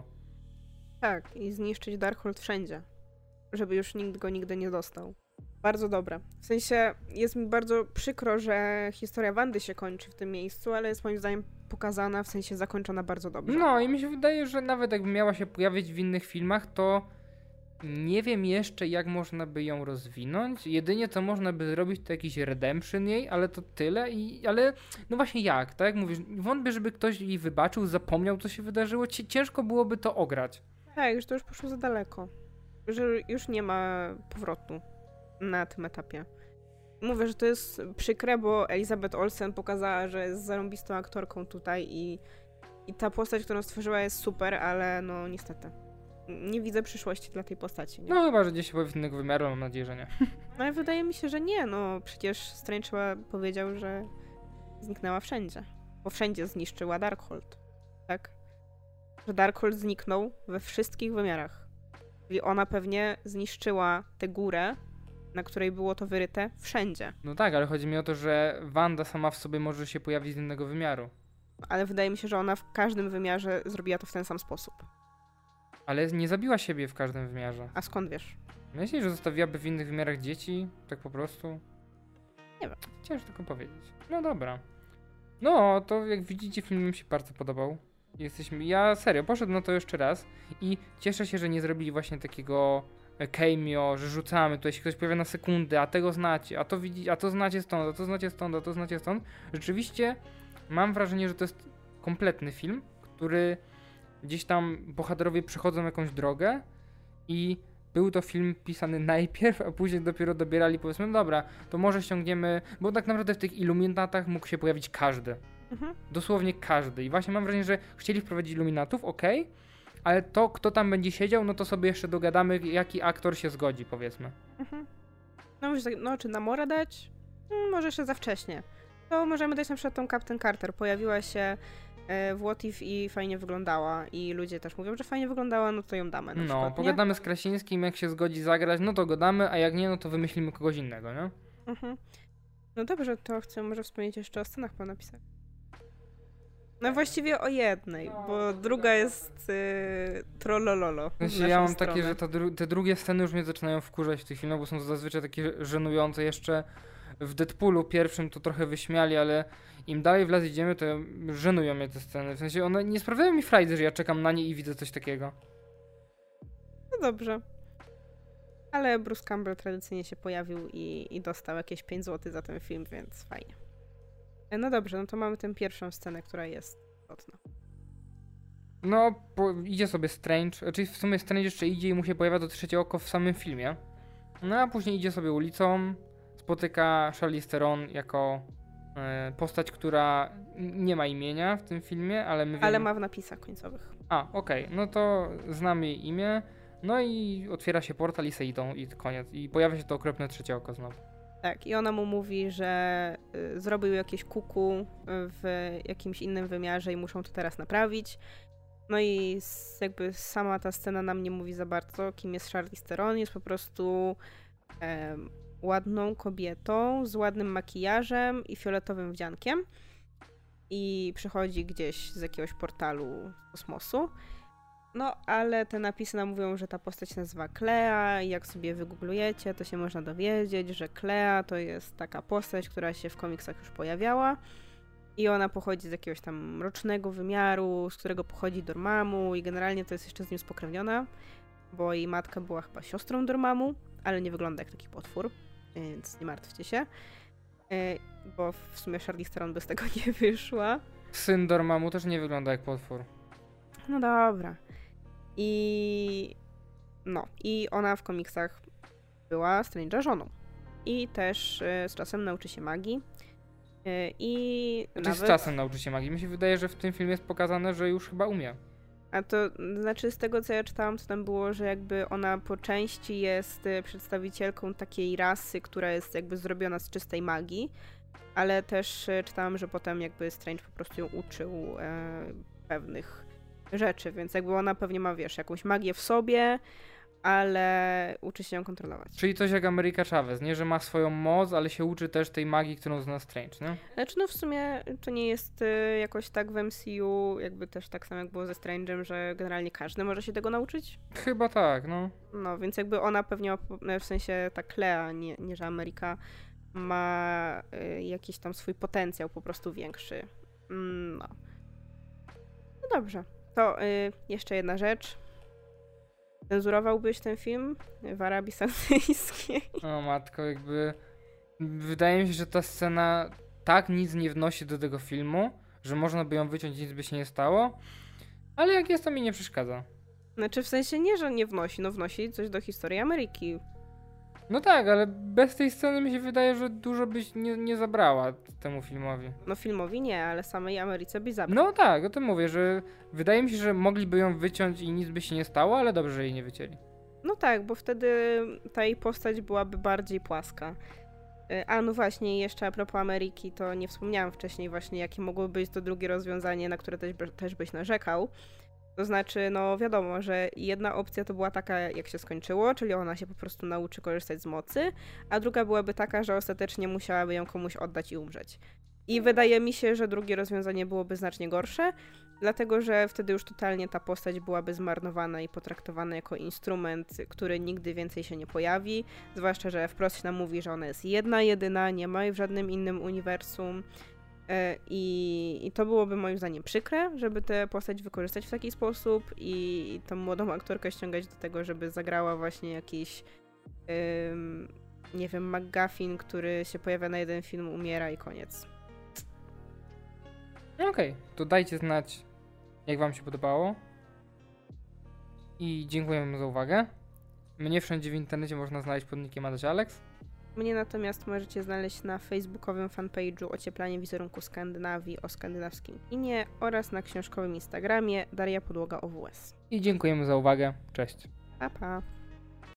S2: Tak, i zniszczyć Darkhold wszędzie, żeby już nikt go nigdy nie dostał. Bardzo dobre. W sensie jest mi bardzo przykro, że historia Wandy się kończy w tym miejscu, ale jest moim zdaniem pokazana, w sensie zakończona bardzo dobrze.
S1: No i mi się wydaje, że nawet jakby miała się pojawić w innych filmach, to nie wiem jeszcze, jak można by ją rozwinąć. Jedynie co można by zrobić, to jakiś redemption jej, ale to tyle. I, ale no właśnie jak, tak jak mówisz, wątpię, żeby ktoś jej wybaczył, zapomniał, co się wydarzyło. Ciężko byłoby to ograć.
S2: Tak, już to już poszło za daleko. Że już nie ma powrotu na tym etapie. Mówię, że to jest przykre, bo Elizabeth Olsen pokazała, że jest zarąbistą aktorką tutaj i, i ta postać, którą stworzyła, jest super, ale no niestety nie widzę przyszłości dla tej postaci. Nie?
S1: No chyba, że gdzieś się pojawi z innego wymiaru, mam nadzieję, że nie.
S2: No ale wydaje mi się, że nie, no przecież Strange powiedział, że zniknęła wszędzie, bo wszędzie zniszczyła Darkhold, tak? Że Darkhold zniknął we wszystkich wymiarach. Czyli ona pewnie zniszczyła tę górę, na której było to wyryte, wszędzie.
S1: No tak, ale chodzi mi o to, że Wanda sama w sobie może się pojawić z innego wymiaru.
S2: Ale wydaje mi się, że ona w każdym wymiarze zrobiła to w ten sam sposób.
S1: Ale nie zabiła siebie w każdym wymiarze.
S2: A skąd wiesz?
S1: Myślisz, że zostawiłaby w innych wymiarach dzieci? Tak po prostu?
S2: Nie wiem.
S1: Ciężko tylko powiedzieć. No dobra. No, to jak widzicie, film mi się bardzo podobał. Jesteśmy... Ja serio, poszedłem na to jeszcze raz i cieszę się, że nie zrobili właśnie takiego cameo, że rzucamy, tutaj się ktoś pojawia na sekundę, a tego znacie, a to widzi, a to znacie stąd, a to znacie stąd, a to znacie stąd. Rzeczywiście mam wrażenie, że to jest kompletny film, który gdzieś tam bohaterowie przechodzą jakąś drogę i był to film pisany najpierw, a później dopiero dobierali, powiedzmy, no dobra, to może ściągniemy, bo tak naprawdę w tych Illuminatach mógł się pojawić każdy.
S2: Mhm.
S1: Dosłownie każdy. I właśnie mam wrażenie, że chcieli wprowadzić Illuminatów, okej, okay, ale to, kto tam będzie siedział, no to sobie jeszcze dogadamy, jaki aktor się zgodzi, powiedzmy.
S2: Mhm. No, może tak, no, czy Namora dać? Hmm, może jeszcze za wcześnie. To możemy dać na przykład tą Captain Carter. Pojawiła się w What If i fajnie wyglądała i ludzie też mówią, że fajnie wyglądała, no to ją damy na
S1: No,
S2: przykład,
S1: pogadamy
S2: nie?
S1: z Krasińskim, jak się zgodzi zagrać, no to go damy, a jak nie, no to wymyślimy kogoś innego, nie?
S2: Mhm. No dobrze, to chcę może wspomnieć jeszcze o scenach po napisach. No właściwie o jednej, bo druga jest yy, trollololo.
S1: W sensie ja mam takie, że ta dru te drugie sceny już mnie zaczynają wkurzać w tych filmach, bo są zazwyczaj takie żenujące. Jeszcze w Deadpoolu pierwszym to trochę wyśmiali, ale im dalej w las idziemy, to żenują mnie te sceny. W sensie one nie sprawiają mi frajdy, że ja czekam na nie i widzę coś takiego.
S2: No dobrze. Ale Bruce Campbell tradycyjnie się pojawił i, i dostał jakieś pięć złotych za ten film, więc fajnie. No dobrze, no to mamy tę pierwszą scenę, która jest istotna.
S1: No, po, idzie sobie Strange, czyli w sumie Strange jeszcze idzie i mu się pojawia to trzecie oko w samym filmie. No a później idzie sobie ulicą, spotyka Charlize Theron jako e, postać, która nie ma imienia w tym filmie, ale my wiemy...
S2: Ale ma w napisach końcowych.
S1: A, okej, okay. No to znam jej imię, no i otwiera się portal i se idą i koniec. I pojawia się to okropne trzecie oko znowu.
S2: Tak, i ona mu mówi, że y, zrobił jakieś kuku w jakimś innym wymiarze i muszą to teraz naprawić. No i s, jakby sama ta scena nam nie mówi za bardzo, kim jest Charlize Theron. Jest po prostu e, ładną kobietą z ładnym makijażem i fioletowym wdziankiem. I przychodzi gdzieś z jakiegoś portalu z kosmosu. No, ale te napisy nam mówią, że ta postać się nazywa Clea i jak sobie wygooglujecie, to się można dowiedzieć, że Clea to jest taka postać, która się w komiksach już pojawiała i ona pochodzi z jakiegoś tam mrocznego wymiaru, z którego pochodzi Dormammu i generalnie to jest jeszcze z nim spokrewniona, bo jej matka była chyba siostrą Dormammu, ale nie wygląda jak taki potwór, więc nie martwcie się, bo w sumie Charlize Theron by z tego nie wyszła.
S1: Syn Dormammu też nie wygląda jak potwór.
S2: No dobra. I no, i ona w komiksach była Strange'a żoną. I też y, z czasem nauczy się magii. Y, I
S1: Czy
S2: nawet...
S1: z czasem nauczy się magii? Mi się wydaje, że w tym filmie jest pokazane, że już chyba umie.
S2: A to znaczy z tego, co ja czytałam, to tam było, że jakby ona po części jest y, przedstawicielką takiej rasy, która jest jakby zrobiona z czystej magii, ale też y, czytałam, że potem jakby Strange po prostu ją uczył y, pewnych rzeczy, więc jakby ona pewnie ma, wiesz, jakąś magię w sobie, ale uczy się ją kontrolować.
S1: Czyli coś jak Ameryka Chavez, nie? Że ma swoją moc, ale się uczy też tej magii, którą zna Strange, nie?
S2: Znaczy no w sumie to nie jest y, jakoś tak w M C U, jakby też tak samo jak było ze Strange'em, że generalnie każdy może się tego nauczyć.
S1: Chyba tak, no.
S2: No, więc jakby ona pewnie ma, w sensie ta Clea, nie, nie że Ameryka, ma y, jakiś tam swój potencjał po prostu większy. Mm, no. No dobrze. To y, jeszcze jedna rzecz. Cenzurowałbyś ten film w Arabii Saudyjskiej?
S1: O matko, jakby... Wydaje mi się, że ta scena tak nic nie wnosi do tego filmu, że można by ją wyciąć, nic by się nie stało. Ale jak jest, to mi nie przeszkadza.
S2: Znaczy w sensie nie, że nie wnosi, no wnosi coś do historii Ameryki.
S1: No tak, ale bez tej sceny mi się wydaje, że dużo byś nie, nie zabrała temu filmowi.
S2: No filmowi nie, ale samej Ameryce by zabrał.
S1: No tak, o tym mówię, że wydaje mi się, że mogliby ją wyciąć i nic by się nie stało, ale dobrze, że jej nie wycięli.
S2: No tak, bo wtedy ta jej postać byłaby bardziej płaska. A no właśnie, jeszcze a propos Ameryki, to nie wspomniałam wcześniej właśnie, jakie mogłoby być to drugie rozwiązanie, na które też, też byś narzekał. To znaczy, no wiadomo, że jedna opcja to była taka, jak się skończyło, czyli ona się po prostu nauczy korzystać z mocy, a druga byłaby taka, że ostatecznie musiałaby ją komuś oddać i umrzeć. I wydaje mi się, że drugie rozwiązanie byłoby znacznie gorsze, dlatego że wtedy już totalnie ta postać byłaby zmarnowana i potraktowana jako instrument, który nigdy więcej się nie pojawi, zwłaszcza, że wprost się nam mówi, że ona jest jedna, jedyna, nie ma jej w żadnym innym uniwersum. I, I to byłoby moim zdaniem przykre, żeby tę postać wykorzystać w taki sposób i tą młodą aktorkę ściągać do tego, żeby zagrała właśnie jakiś ym, nie wiem, McGuffin, który się pojawia na jeden film, umiera i koniec.
S1: Okej, okay, to dajcie znać, jak wam się podobało. I dziękujemy za uwagę. Mnie wszędzie w internecie można znaleźć pod nickiem Adaś Alex.
S2: Mnie natomiast możecie znaleźć na facebookowym fanpage'u Ocieplanie wizerunku Skandynawii o skandynawskim kinie oraz na książkowym Instagramie Daria Podłoga O W S.
S1: I dziękujemy za uwagę. Cześć.
S2: Pa, pa.